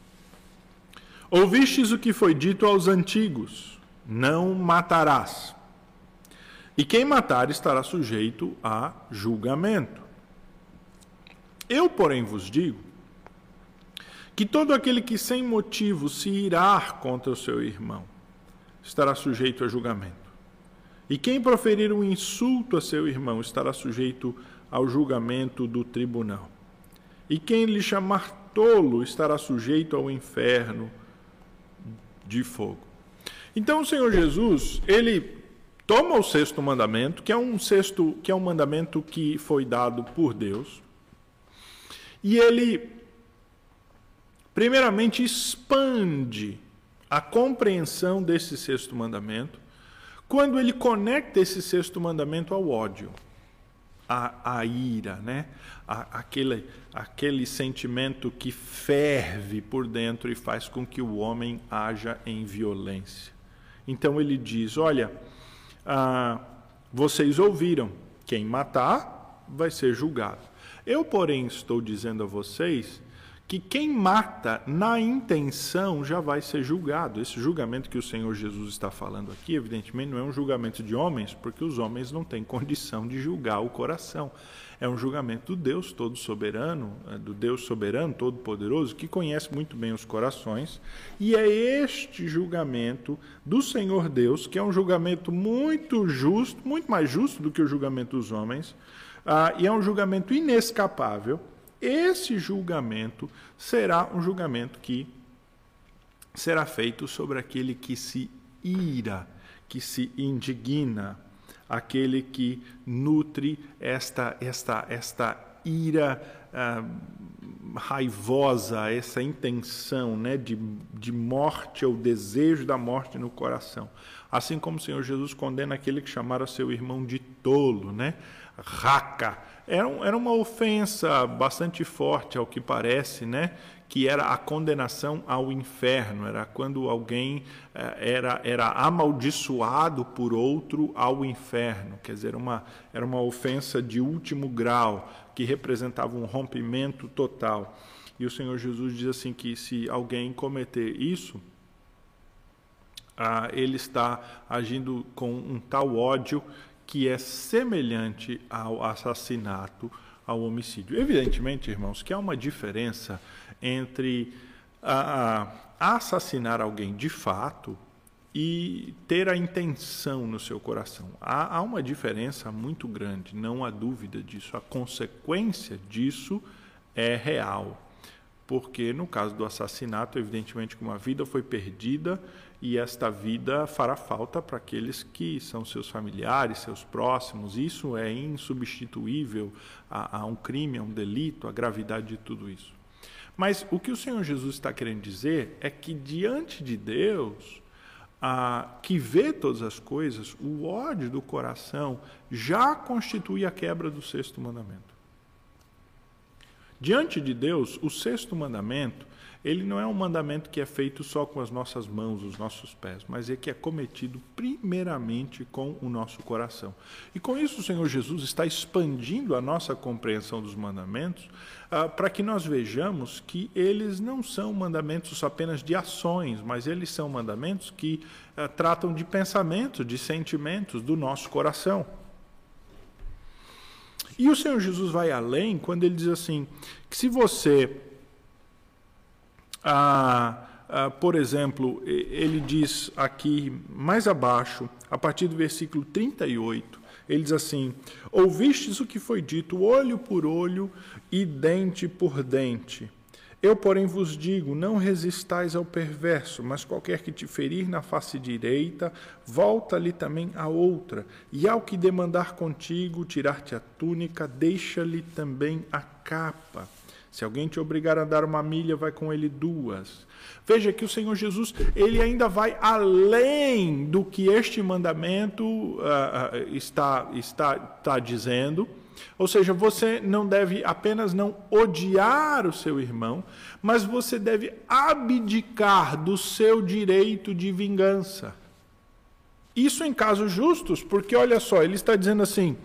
ouvistes o que foi dito aos antigos, não matarás. E quem matar estará sujeito a julgamento. Eu, porém, vos digo que todo aquele que sem motivo se irar contra o seu irmão estará sujeito a julgamento. E quem proferir um insulto a seu irmão estará sujeito ao julgamento do tribunal. E quem lhe chamar tolo estará sujeito ao inferno de fogo. Então o Senhor Jesus, ele toma o sexto mandamento, que é um sexto, que é um mandamento que foi dado por Deus, e ele primeiramente expande a compreensão desse sexto mandamento, quando ele conecta esse sexto mandamento ao ódio, à, à ira, né? A, aquele, aquele sentimento que ferve por dentro e faz com que o homem haja em violência. Então ele diz, olha, ah, vocês ouviram, quem matar vai ser julgado. Eu, porém, estou dizendo a vocês que quem mata na intenção já vai ser julgado. Esse julgamento que o Senhor Jesus está falando aqui, evidentemente, não é um julgamento de homens, porque os homens não têm condição de julgar o coração. É um julgamento do Deus todo soberano, do Deus soberano, todo poderoso, que conhece muito bem os corações, e é este julgamento do Senhor Deus, que é um julgamento muito justo, muito mais justo do que o julgamento dos homens, ah, e é um julgamento inescapável. Esse julgamento será um julgamento que será feito sobre aquele que se ira, que se indigna, aquele que nutre esta, esta, esta ira ah, raivosa, essa intenção, né, de, de morte, ou desejo da morte no coração. Assim como o Senhor Jesus condena aquele que chamara seu irmão de tolo, né? Raca, era, um, era uma ofensa bastante forte, ao que parece, né? Que era a condenação ao inferno, era quando alguém era, era amaldiçoado por outro ao inferno, quer dizer, uma, era uma ofensa de último grau, que representava um rompimento total. E o Senhor Jesus diz assim que se alguém cometer isso, ah, ele está agindo com um tal ódio que é semelhante ao assassinato, ao homicídio. Evidentemente, irmãos, que há uma diferença entre a, a assassinar alguém de fato e ter a intenção no seu coração. Há, há uma diferença muito grande, não há dúvida disso. A consequência disso é real, porque no caso do assassinato, evidentemente que uma vida foi perdida e esta vida fará falta para aqueles que são seus familiares, seus próximos. Isso é insubstituível a, a um crime, a um delito, a gravidade de tudo isso. Mas o que o Senhor Jesus está querendo dizer é que diante de Deus, a, que vê todas as coisas, o ódio do coração já constitui a quebra do sexto mandamento. Diante de Deus, o sexto mandamento, ele não é um mandamento que é feito só com as nossas mãos, os nossos pés, mas é que é cometido primeiramente com o nosso coração. E com isso o Senhor Jesus está expandindo a nossa compreensão dos mandamentos ah, para que nós vejamos que eles não são mandamentos apenas de ações, mas eles são mandamentos que ah, tratam de pensamentos, de sentimentos do nosso coração. E o Senhor Jesus vai além quando ele diz assim, que se você, ah, ah, por exemplo, ele diz aqui mais abaixo, a partir do versículo trinta e oito, ele diz assim, ouvistes o que foi dito, olho por olho e dente por dente. Eu, porém, vos digo, não resistais ao perverso, mas qualquer que te ferir na face direita, volta-lhe também a outra. E ao que demandar contigo, tirar-te a túnica, deixa-lhe também a capa. Se alguém te obrigar a dar uma milha, vai com ele duas. Veja que o Senhor Jesus, ele ainda vai além do que este mandamento uh, está, está, está dizendo. Ou seja, você não deve apenas não odiar o seu irmão, mas você deve abdicar do seu direito de vingança. Isso em casos justos, porque olha só, ele está dizendo assim,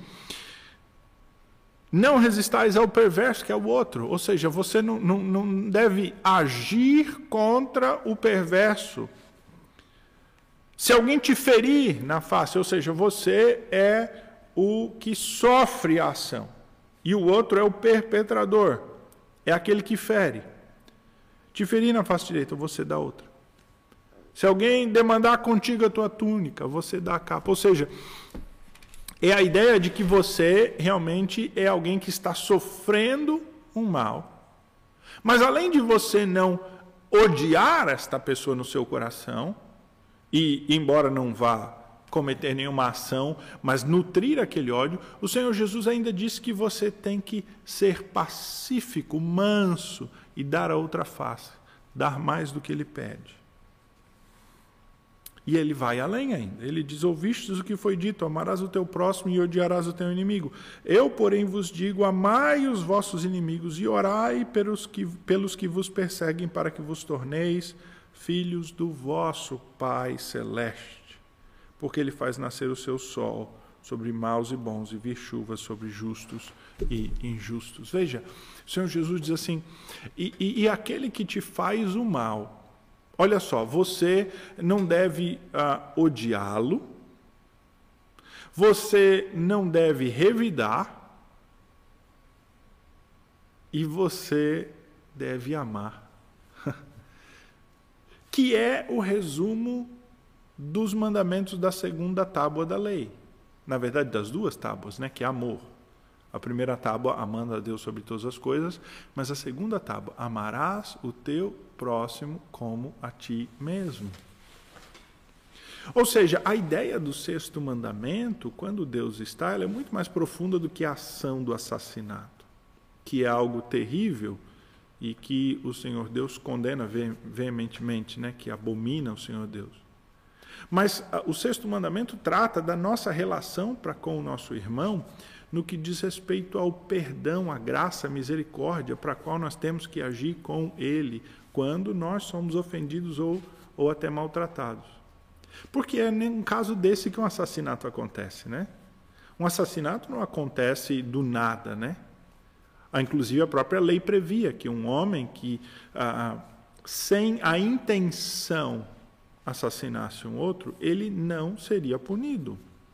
não resistais ao perverso, que é o outro. Ou seja, você não, não, não deve agir contra o perverso. Se alguém te ferir na face, ou seja, você é o que sofre a ação, e o outro é o perpetrador, é aquele que fere. Te ferir na face direita, você dá outra. Se alguém demandar contigo a tua túnica, você dá a capa. Ou seja, é a ideia de que você realmente é alguém que está sofrendo um mal. Mas além de você não odiar esta pessoa no seu coração, e embora não vá cometer nenhuma ação, mas nutrir aquele ódio, o Senhor Jesus ainda disse que você tem que ser pacífico, manso e dar a outra face, dar mais do que ele pede. E ele vai além ainda. Ele diz, ouvistes o que foi dito, amarás o teu próximo e odiarás o teu inimigo. Eu, porém, vos digo, amai os vossos inimigos e orai pelos que, pelos que vos perseguem, para que vos torneis filhos do vosso Pai Celeste. Porque ele faz nascer o seu sol sobre maus e bons e vir chuva sobre justos e injustos. Veja, o Senhor Jesus diz assim, e, e, e aquele que te faz o mal, olha só, você não deve uh, odiá-lo, você não deve revidar, e você deve amar. Que é o resumo dos mandamentos da segunda tábua da lei. Na verdade, das duas tábuas, né? Que é amor. A primeira tábua, amando a Deus sobre todas as coisas, mas a segunda tábua, amarás o teu próximo como a ti mesmo. Ou seja, a ideia do sexto mandamento, quando Deus está, ela é muito mais profunda do que a ação do assassinato, que é algo terrível e que o Senhor Deus condena veementemente, né? Que abomina o Senhor Deus. Mas o sexto mandamento trata da nossa relação para com o nosso irmão no que diz respeito ao perdão, à graça, à misericórdia, para a qual nós temos que agir com Ele, quando nós somos ofendidos ou, ou até maltratados. Porque é num caso desse que um assassinato acontece, né? Um assassinato não acontece do nada, né? Inclusive a própria lei previa que um homem que, ah, sem a intenção, assassinasse um outro, ele não seria punido.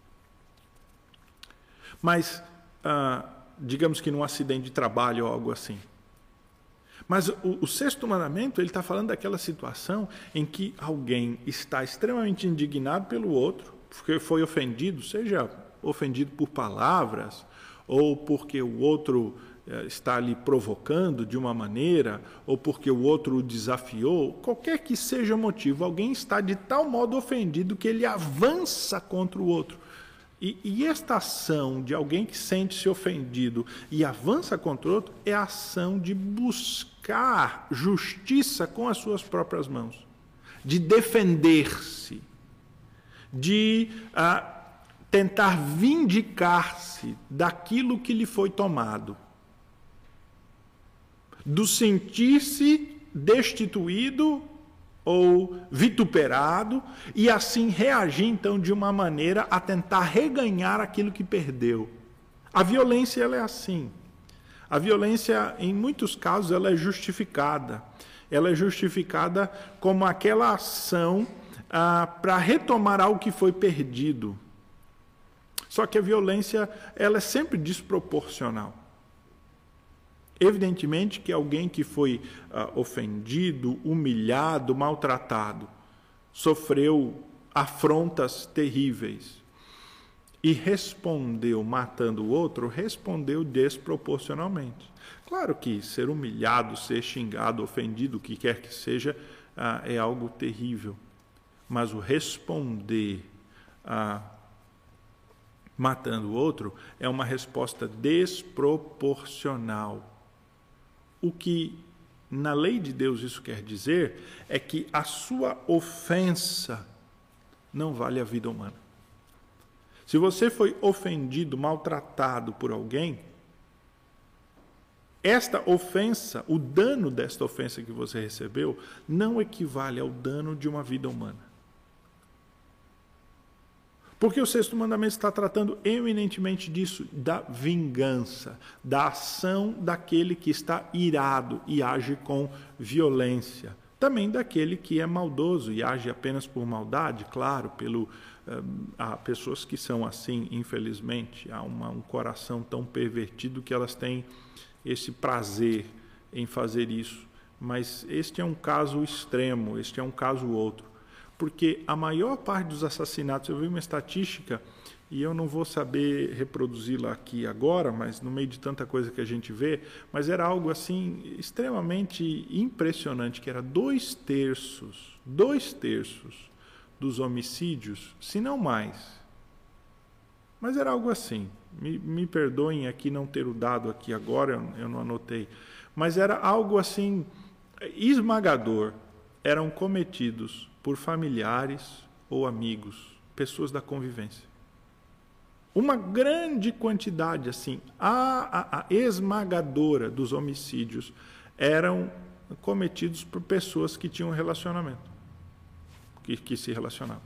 Mas, ah, digamos que num acidente de trabalho ou algo assim. Mas o, o sexto mandamento, ele está falando daquela situação em que alguém está extremamente indignado pelo outro, porque foi ofendido, seja ofendido por palavras, ou porque o outro eh, está ali provocando de uma maneira, ou porque o outro o desafiou, qualquer que seja o motivo, alguém está de tal modo ofendido que ele avança contra o outro. E, e esta ação de alguém que sente-se ofendido e avança contra o outro é a ação de buscar justiça com as suas próprias mãos, de defender-se, de ah, tentar vindicar-se daquilo que lhe foi tomado, do sentir-se destituído ou vituperado, e assim reagir, então, de uma maneira a tentar reganhar aquilo que perdeu. A violência, ela é assim. A violência, em muitos casos, ela é justificada. Ela é justificada como aquela ação ah, para retomar algo que foi perdido. Só que a violência, ela é sempre desproporcional. Evidentemente que alguém que foi uh, ofendido, humilhado, maltratado, sofreu afrontas terríveis e respondeu matando o outro, respondeu desproporcionalmente. Claro que ser humilhado, ser xingado, ofendido, o que quer que seja, uh, é algo terrível. Mas o responder uh, matando o outro é uma resposta desproporcional. O que, na lei de Deus, isso quer dizer é que a sua ofensa não vale a vida humana. Se você foi ofendido, maltratado por alguém, esta ofensa, o dano desta ofensa que você recebeu, não equivale ao dano de uma vida humana. Porque o sexto mandamento está tratando eminentemente disso, da vingança, da ação daquele que está irado e age com violência. Também daquele que é maldoso e age apenas por maldade, claro, pelo, há pessoas que são assim, infelizmente. Há uma, um coração tão pervertido que elas têm esse prazer em fazer isso. Mas este é um caso extremo, este é um caso outro. Porque a maior parte dos assassinatos, eu vi uma estatística, e eu não vou saber reproduzi-la aqui agora, mas no meio de tanta coisa que a gente vê, mas era algo assim extremamente impressionante, que era dois terços, dois terços dos homicídios, se não mais. Mas era algo assim, me, me perdoem aqui não ter o dado aqui agora, eu, eu não anotei, mas era algo assim esmagador, eram cometidos por familiares ou amigos, pessoas da convivência. Uma grande quantidade, assim, a, a, a esmagadora dos homicídios eram cometidos por pessoas que tinham relacionamento, que, que se relacionavam.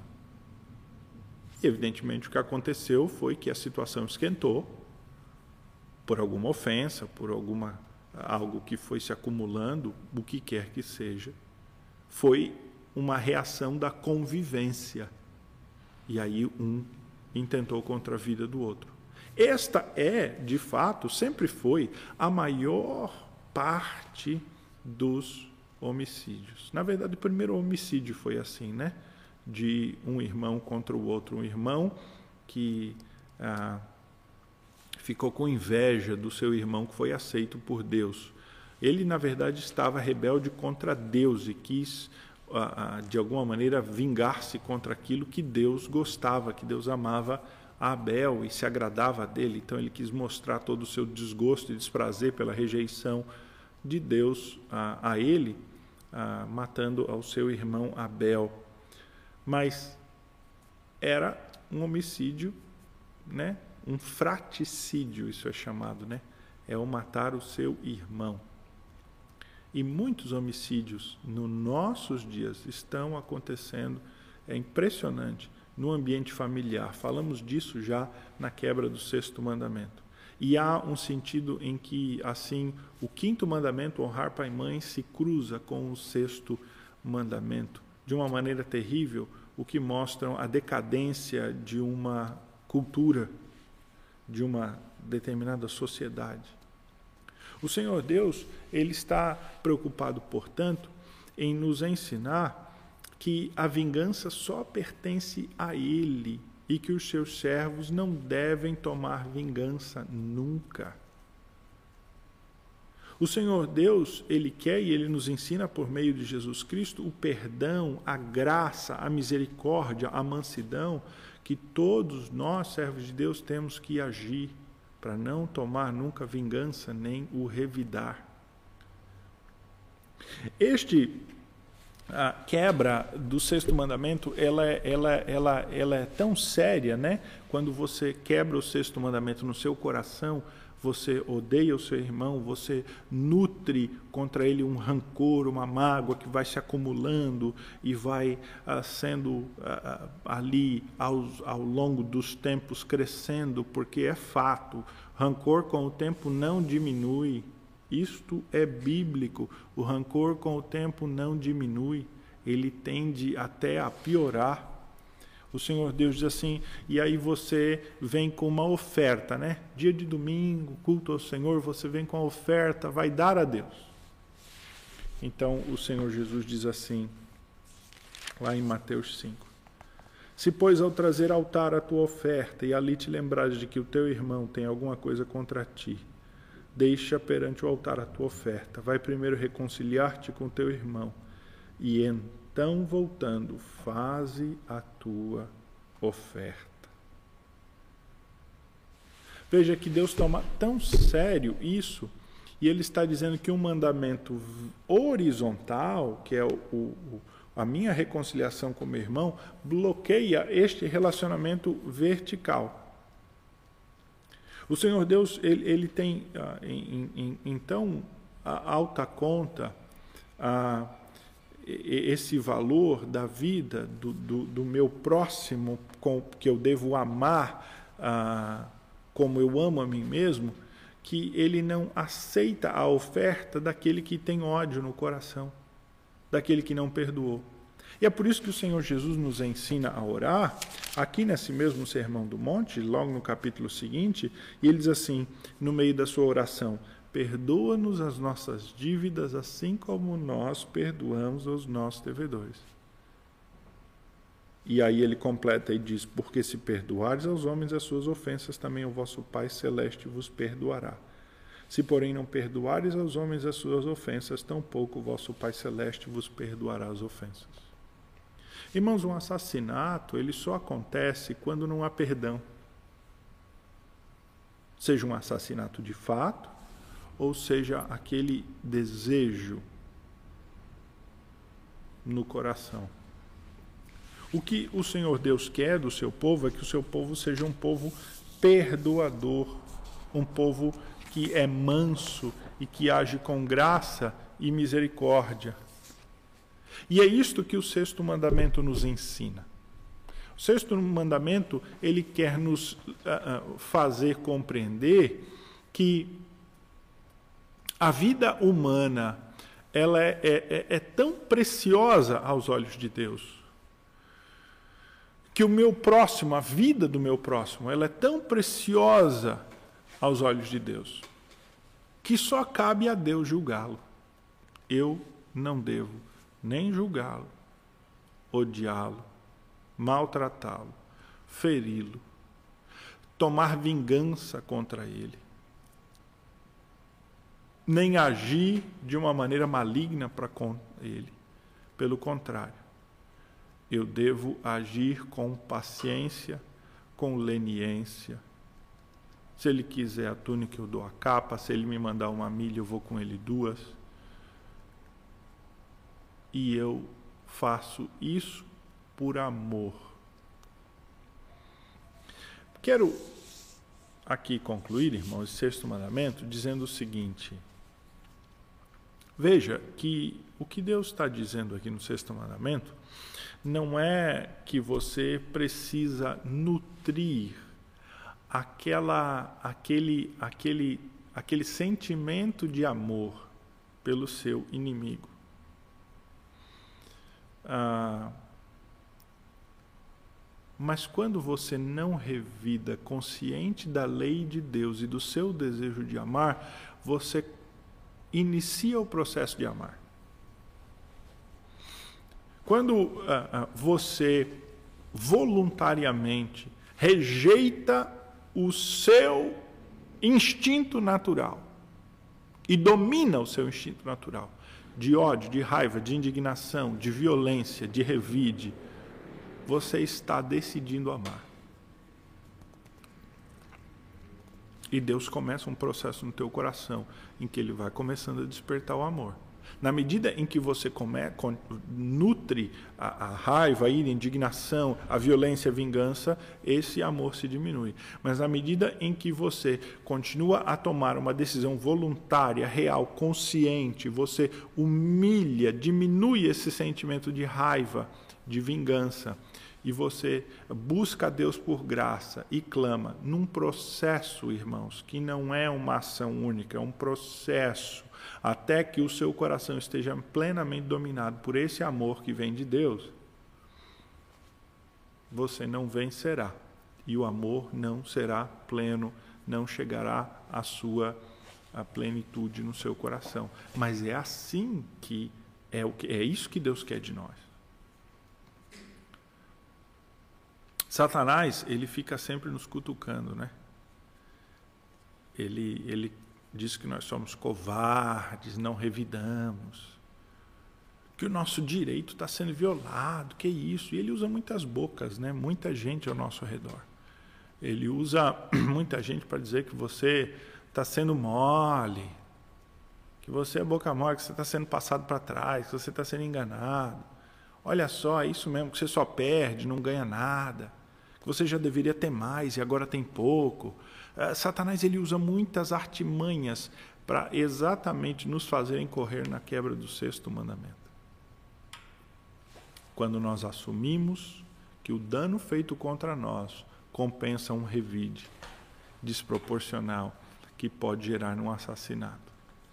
E, evidentemente, o que aconteceu foi que a situação esquentou por alguma ofensa, por alguma, algo que foi se acumulando, o que quer que seja, foi uma reação da convivência. E aí um intentou contra a vida do outro. Esta é, de fato, sempre foi a maior parte dos homicídios. Na verdade, o primeiro homicídio foi assim, né? De um irmão contra o outro. Um irmão que ah, ficou com inveja do seu irmão que foi aceito por Deus. Ele, na verdade, estava rebelde contra Deus e quis de alguma maneira vingar-se contra aquilo que Deus gostava, que Deus amava a Abel e se agradava dele. Então ele quis mostrar todo o seu desgosto e desprazer pela rejeição de Deus a, a ele, a, matando ao seu irmão Abel. Mas era um homicídio, né? um fratricídio, isso é chamado, né? É o matar o seu irmão. E muitos homicídios nos nossos dias estão acontecendo, é impressionante, no ambiente familiar. Falamos disso já na quebra do sexto mandamento. E há um sentido em que, assim, o quinto mandamento, honrar pai e mãe, se cruza com o sexto mandamento de uma maneira terrível, o que mostra a decadência de uma cultura, de uma determinada sociedade. O Senhor Deus, Ele está preocupado, portanto, em nos ensinar que a vingança só pertence a Ele e que os seus servos não devem tomar vingança nunca. O Senhor Deus, Ele quer e Ele nos ensina por meio de Jesus Cristo o perdão, a graça, a misericórdia, a mansidão, que todos nós, servos de Deus, temos que agir para não tomar nunca vingança nem o revidar. Este a quebra do sexto mandamento, ela, ela, ela, ela é tão séria, né? Quando você quebra o sexto mandamento no seu coração, você odeia o seu irmão, você nutre contra ele um rancor, uma mágoa que vai se acumulando e vai ah, sendo ah, ali aos, ao longo dos tempos crescendo, porque é fato, rancor com o tempo não diminui. Isto é bíblico. O rancor com o tempo não diminui, ele tende até a piorar. O Senhor Deus diz assim, e aí você vem com uma oferta, né? Dia de domingo, culto ao Senhor, você vem com a oferta, vai dar a Deus. Então o Senhor Jesus diz assim, lá em Mateus cinco, se pois ao trazer ao altar a tua oferta, e ali te lembrares de que o teu irmão tem alguma coisa contra ti, deixa perante o altar a tua oferta, vai primeiro reconciliar-te com teu irmão, e então, voltando, faze a tua oferta. Veja que Deus toma tão sério isso, e Ele está dizendo que um mandamento horizontal, que é o, o, a minha reconciliação com meu irmão, bloqueia este relacionamento vertical. O Senhor Deus, Ele, ele tem, ah, em, em, então, a alta conta, a esse valor da vida do, do, do meu próximo, com, que eu devo amar ah, como eu amo a mim mesmo, que ele não aceita a oferta daquele que tem ódio no coração, daquele que não perdoou. E é por isso que o Senhor Jesus nos ensina a orar, aqui nesse mesmo Sermão do Monte, logo no capítulo seguinte, e ele diz assim, no meio da sua oração, perdoa-nos as nossas dívidas, assim como nós perdoamos os nossos devedores. E aí ele completa e diz, porque se perdoares aos homens as suas ofensas, também o vosso Pai Celeste vos perdoará. Se, porém, não perdoares aos homens as suas ofensas, tampouco o vosso Pai Celeste vos perdoará as ofensas. Irmãos, um assassinato, ele só acontece quando não há perdão. Seja um assassinato de fato, ou seja, aquele desejo no coração. O que o Senhor Deus quer do seu povo é que o seu povo seja um povo perdoador, um povo que é manso e que age com graça e misericórdia. E é isto que o sexto mandamento nos ensina. O sexto mandamento, ele quer nos uh, fazer compreender que a vida humana, ela é, é, é tão preciosa aos olhos de Deus, que o meu próximo, a vida do meu próximo, ela é tão preciosa aos olhos de Deus, que só cabe a Deus julgá-lo. Eu não devo nem julgá-lo, odiá-lo, maltratá-lo, feri-lo, tomar vingança contra ele, nem agir de uma maneira maligna para com ele. Pelo contrário, eu devo agir com paciência, com leniência. Se ele quiser a túnica, eu dou a capa. Se ele me mandar uma milha, eu vou com ele duas. E eu faço isso por amor. Quero aqui concluir, irmãos, esse sexto mandamento, dizendo o seguinte. Veja que o que Deus está dizendo aqui no sexto mandamento não é que você precisa nutrir aquela, aquele, aquele, aquele sentimento de amor pelo seu inimigo. Ah, mas quando você não revida consciente da lei de Deus e do seu desejo de amar, você inicia o processo de amar. Quando ah, ah, você voluntariamente rejeita o seu instinto natural e domina o seu instinto natural de ódio, de raiva, de indignação, de violência, de revide, você está decidindo amar. E Deus começa um processo no teu coração em que Ele vai começando a despertar o amor. Na medida em que você come, con, nutre a, a raiva, a ira, a indignação, a violência, a vingança, esse amor se diminui. Mas na medida em que você continua a tomar uma decisão voluntária, real, consciente, você humilha, diminui esse sentimento de raiva, de vingança, e você busca a Deus por graça e clama num processo, irmãos, que não é uma ação única, é um processo, até que o seu coração esteja plenamente dominado por esse amor que vem de Deus, você não vencerá, e o amor não será pleno, não chegará à sua à plenitude no seu coração. Mas é assim que é, o que, é isso que Deus quer de nós. Satanás, ele fica sempre nos cutucando, né? Ele, ele diz que nós somos covardes, não revidamos, que o nosso direito está sendo violado, que isso? E ele usa muitas bocas, né? Muita gente ao nosso redor. Ele usa muita gente para dizer que você está sendo mole, que você é boca mole, que você está sendo passado para trás, que você está sendo enganado. Olha só, é isso mesmo, que você só perde, não ganha nada, que você já deveria ter mais e agora tem pouco. Uh, Satanás, ele usa muitas artimanhas para exatamente nos fazerem correr na quebra do sexto mandamento. Quando nós assumimos que o dano feito contra nós compensa um revide desproporcional que pode gerar um assassinato.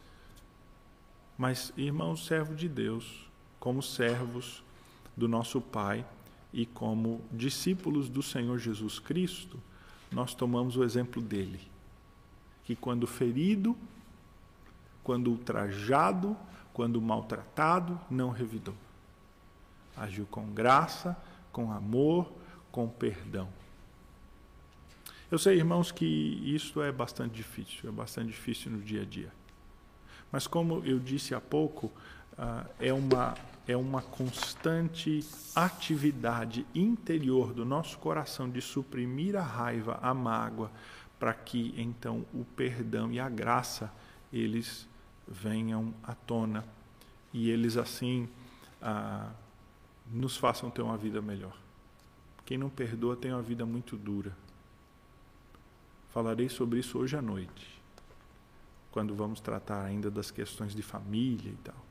Mas, irmãos, servos de Deus, como servos do nosso Pai e como discípulos do Senhor Jesus Cristo, nós tomamos o exemplo dele, que quando ferido, quando ultrajado, quando maltratado, não revidou. Agiu com graça, com amor, com perdão. Eu sei, irmãos, que isso é bastante difícil, é bastante difícil no dia a dia. Mas como eu disse há pouco, uh, é uma... é uma constante atividade interior do nosso coração de suprimir a raiva, a mágoa, para que então o perdão e a graça, eles venham à tona e eles assim ah, nos façam ter uma vida melhor. Quem não perdoa tem uma vida muito dura. Falarei sobre isso hoje à noite, quando vamos tratar ainda das questões de família e tal.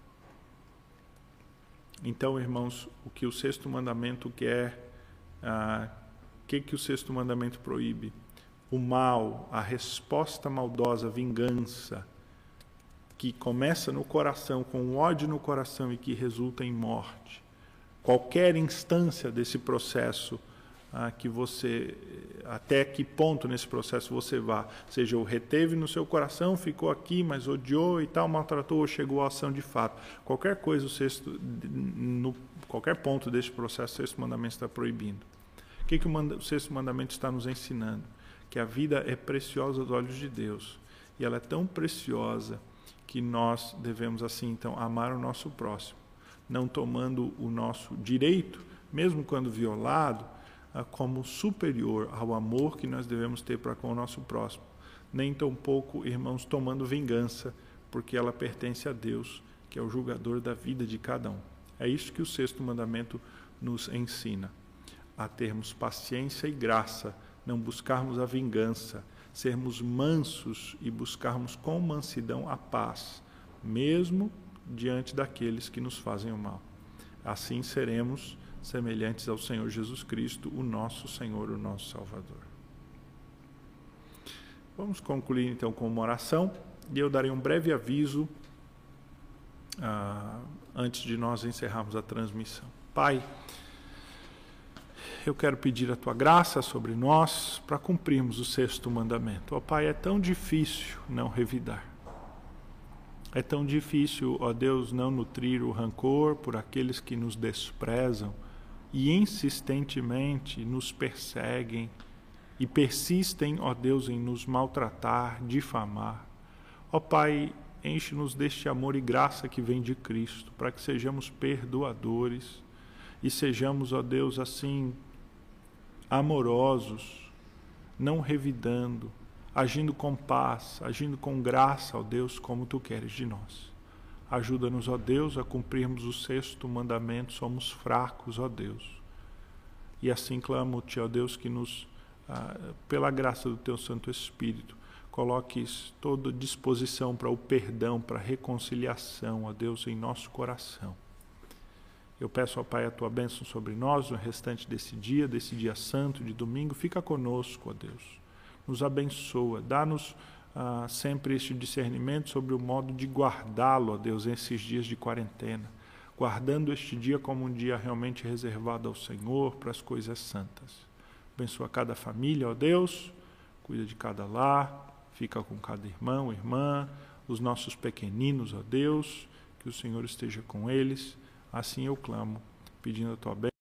Então, irmãos, o que o sexto mandamento quer, ah, o que, que o sexto mandamento proíbe? O mal, a resposta maldosa, a vingança, que começa no coração, com ódio no coração e que resulta em morte. Qualquer instância desse processo, ah, que você, até que ponto nesse processo você vá, seja o reteve no seu coração, ficou aqui, mas odiou e tal, maltratou ou chegou à ação de fato. Qualquer coisa, o sexto, no, qualquer ponto desse processo, o sexto mandamento está proibindo. O que, que o, manda, o sexto mandamento está nos ensinando? Que a vida é preciosa aos olhos de Deus. E ela é tão preciosa que nós devemos, assim, então, amar o nosso próximo, não tomando o nosso direito, mesmo quando violado, como superior ao amor que nós devemos ter para com o nosso próximo. Nem tampouco, irmãos, tomando vingança, porque ela pertence a Deus, que é o julgador da vida de cada um. É isso que o sexto mandamento nos ensina, a termos paciência e graça, não buscarmos a vingança, sermos mansos e buscarmos com mansidão a paz, mesmo diante daqueles que nos fazem o mal. Assim seremos semelhantes ao Senhor Jesus Cristo, o nosso Senhor, o nosso Salvador. Vamos concluir então com uma oração e eu darei um breve aviso ah, antes de nós encerrarmos a transmissão. Pai, eu quero pedir a Tua graça sobre nós para cumprirmos o sexto mandamento. Ó Pai, é tão difícil não revidar. É tão difícil, ó Deus, não nutrir o rancor por aqueles que nos desprezam e insistentemente nos perseguem e persistem, ó Deus, em nos maltratar, difamar. Ó Pai, enche-nos deste amor e graça que vem de Cristo, para que sejamos perdoadores e sejamos, ó Deus, assim, amorosos, não revidando, agindo com paz, agindo com graça, ó Deus, como Tu queres de nós. Ajuda-nos, ó Deus, a cumprirmos o sexto mandamento. Somos fracos, ó Deus. E assim clamo-Te, ó Deus, que nos, ah, pela graça do Teu Santo Espírito, coloques toda disposição para o perdão, para a reconciliação, ó Deus, em nosso coração. Eu peço, ó Pai, a Tua bênção sobre nós no restante desse dia, desse dia santo, de domingo. Fica conosco, ó Deus. Nos abençoa, dá-nos ah, sempre este discernimento sobre o modo de guardá-lo, ó Deus, nesses dias de quarentena, guardando este dia como um dia realmente reservado ao Senhor, para as coisas santas. Abençoa cada família, ó Deus, cuida de cada lar, fica com cada irmão, irmã, os nossos pequeninos, ó Deus, que o Senhor esteja com eles. Assim eu clamo, pedindo a Tua bênção.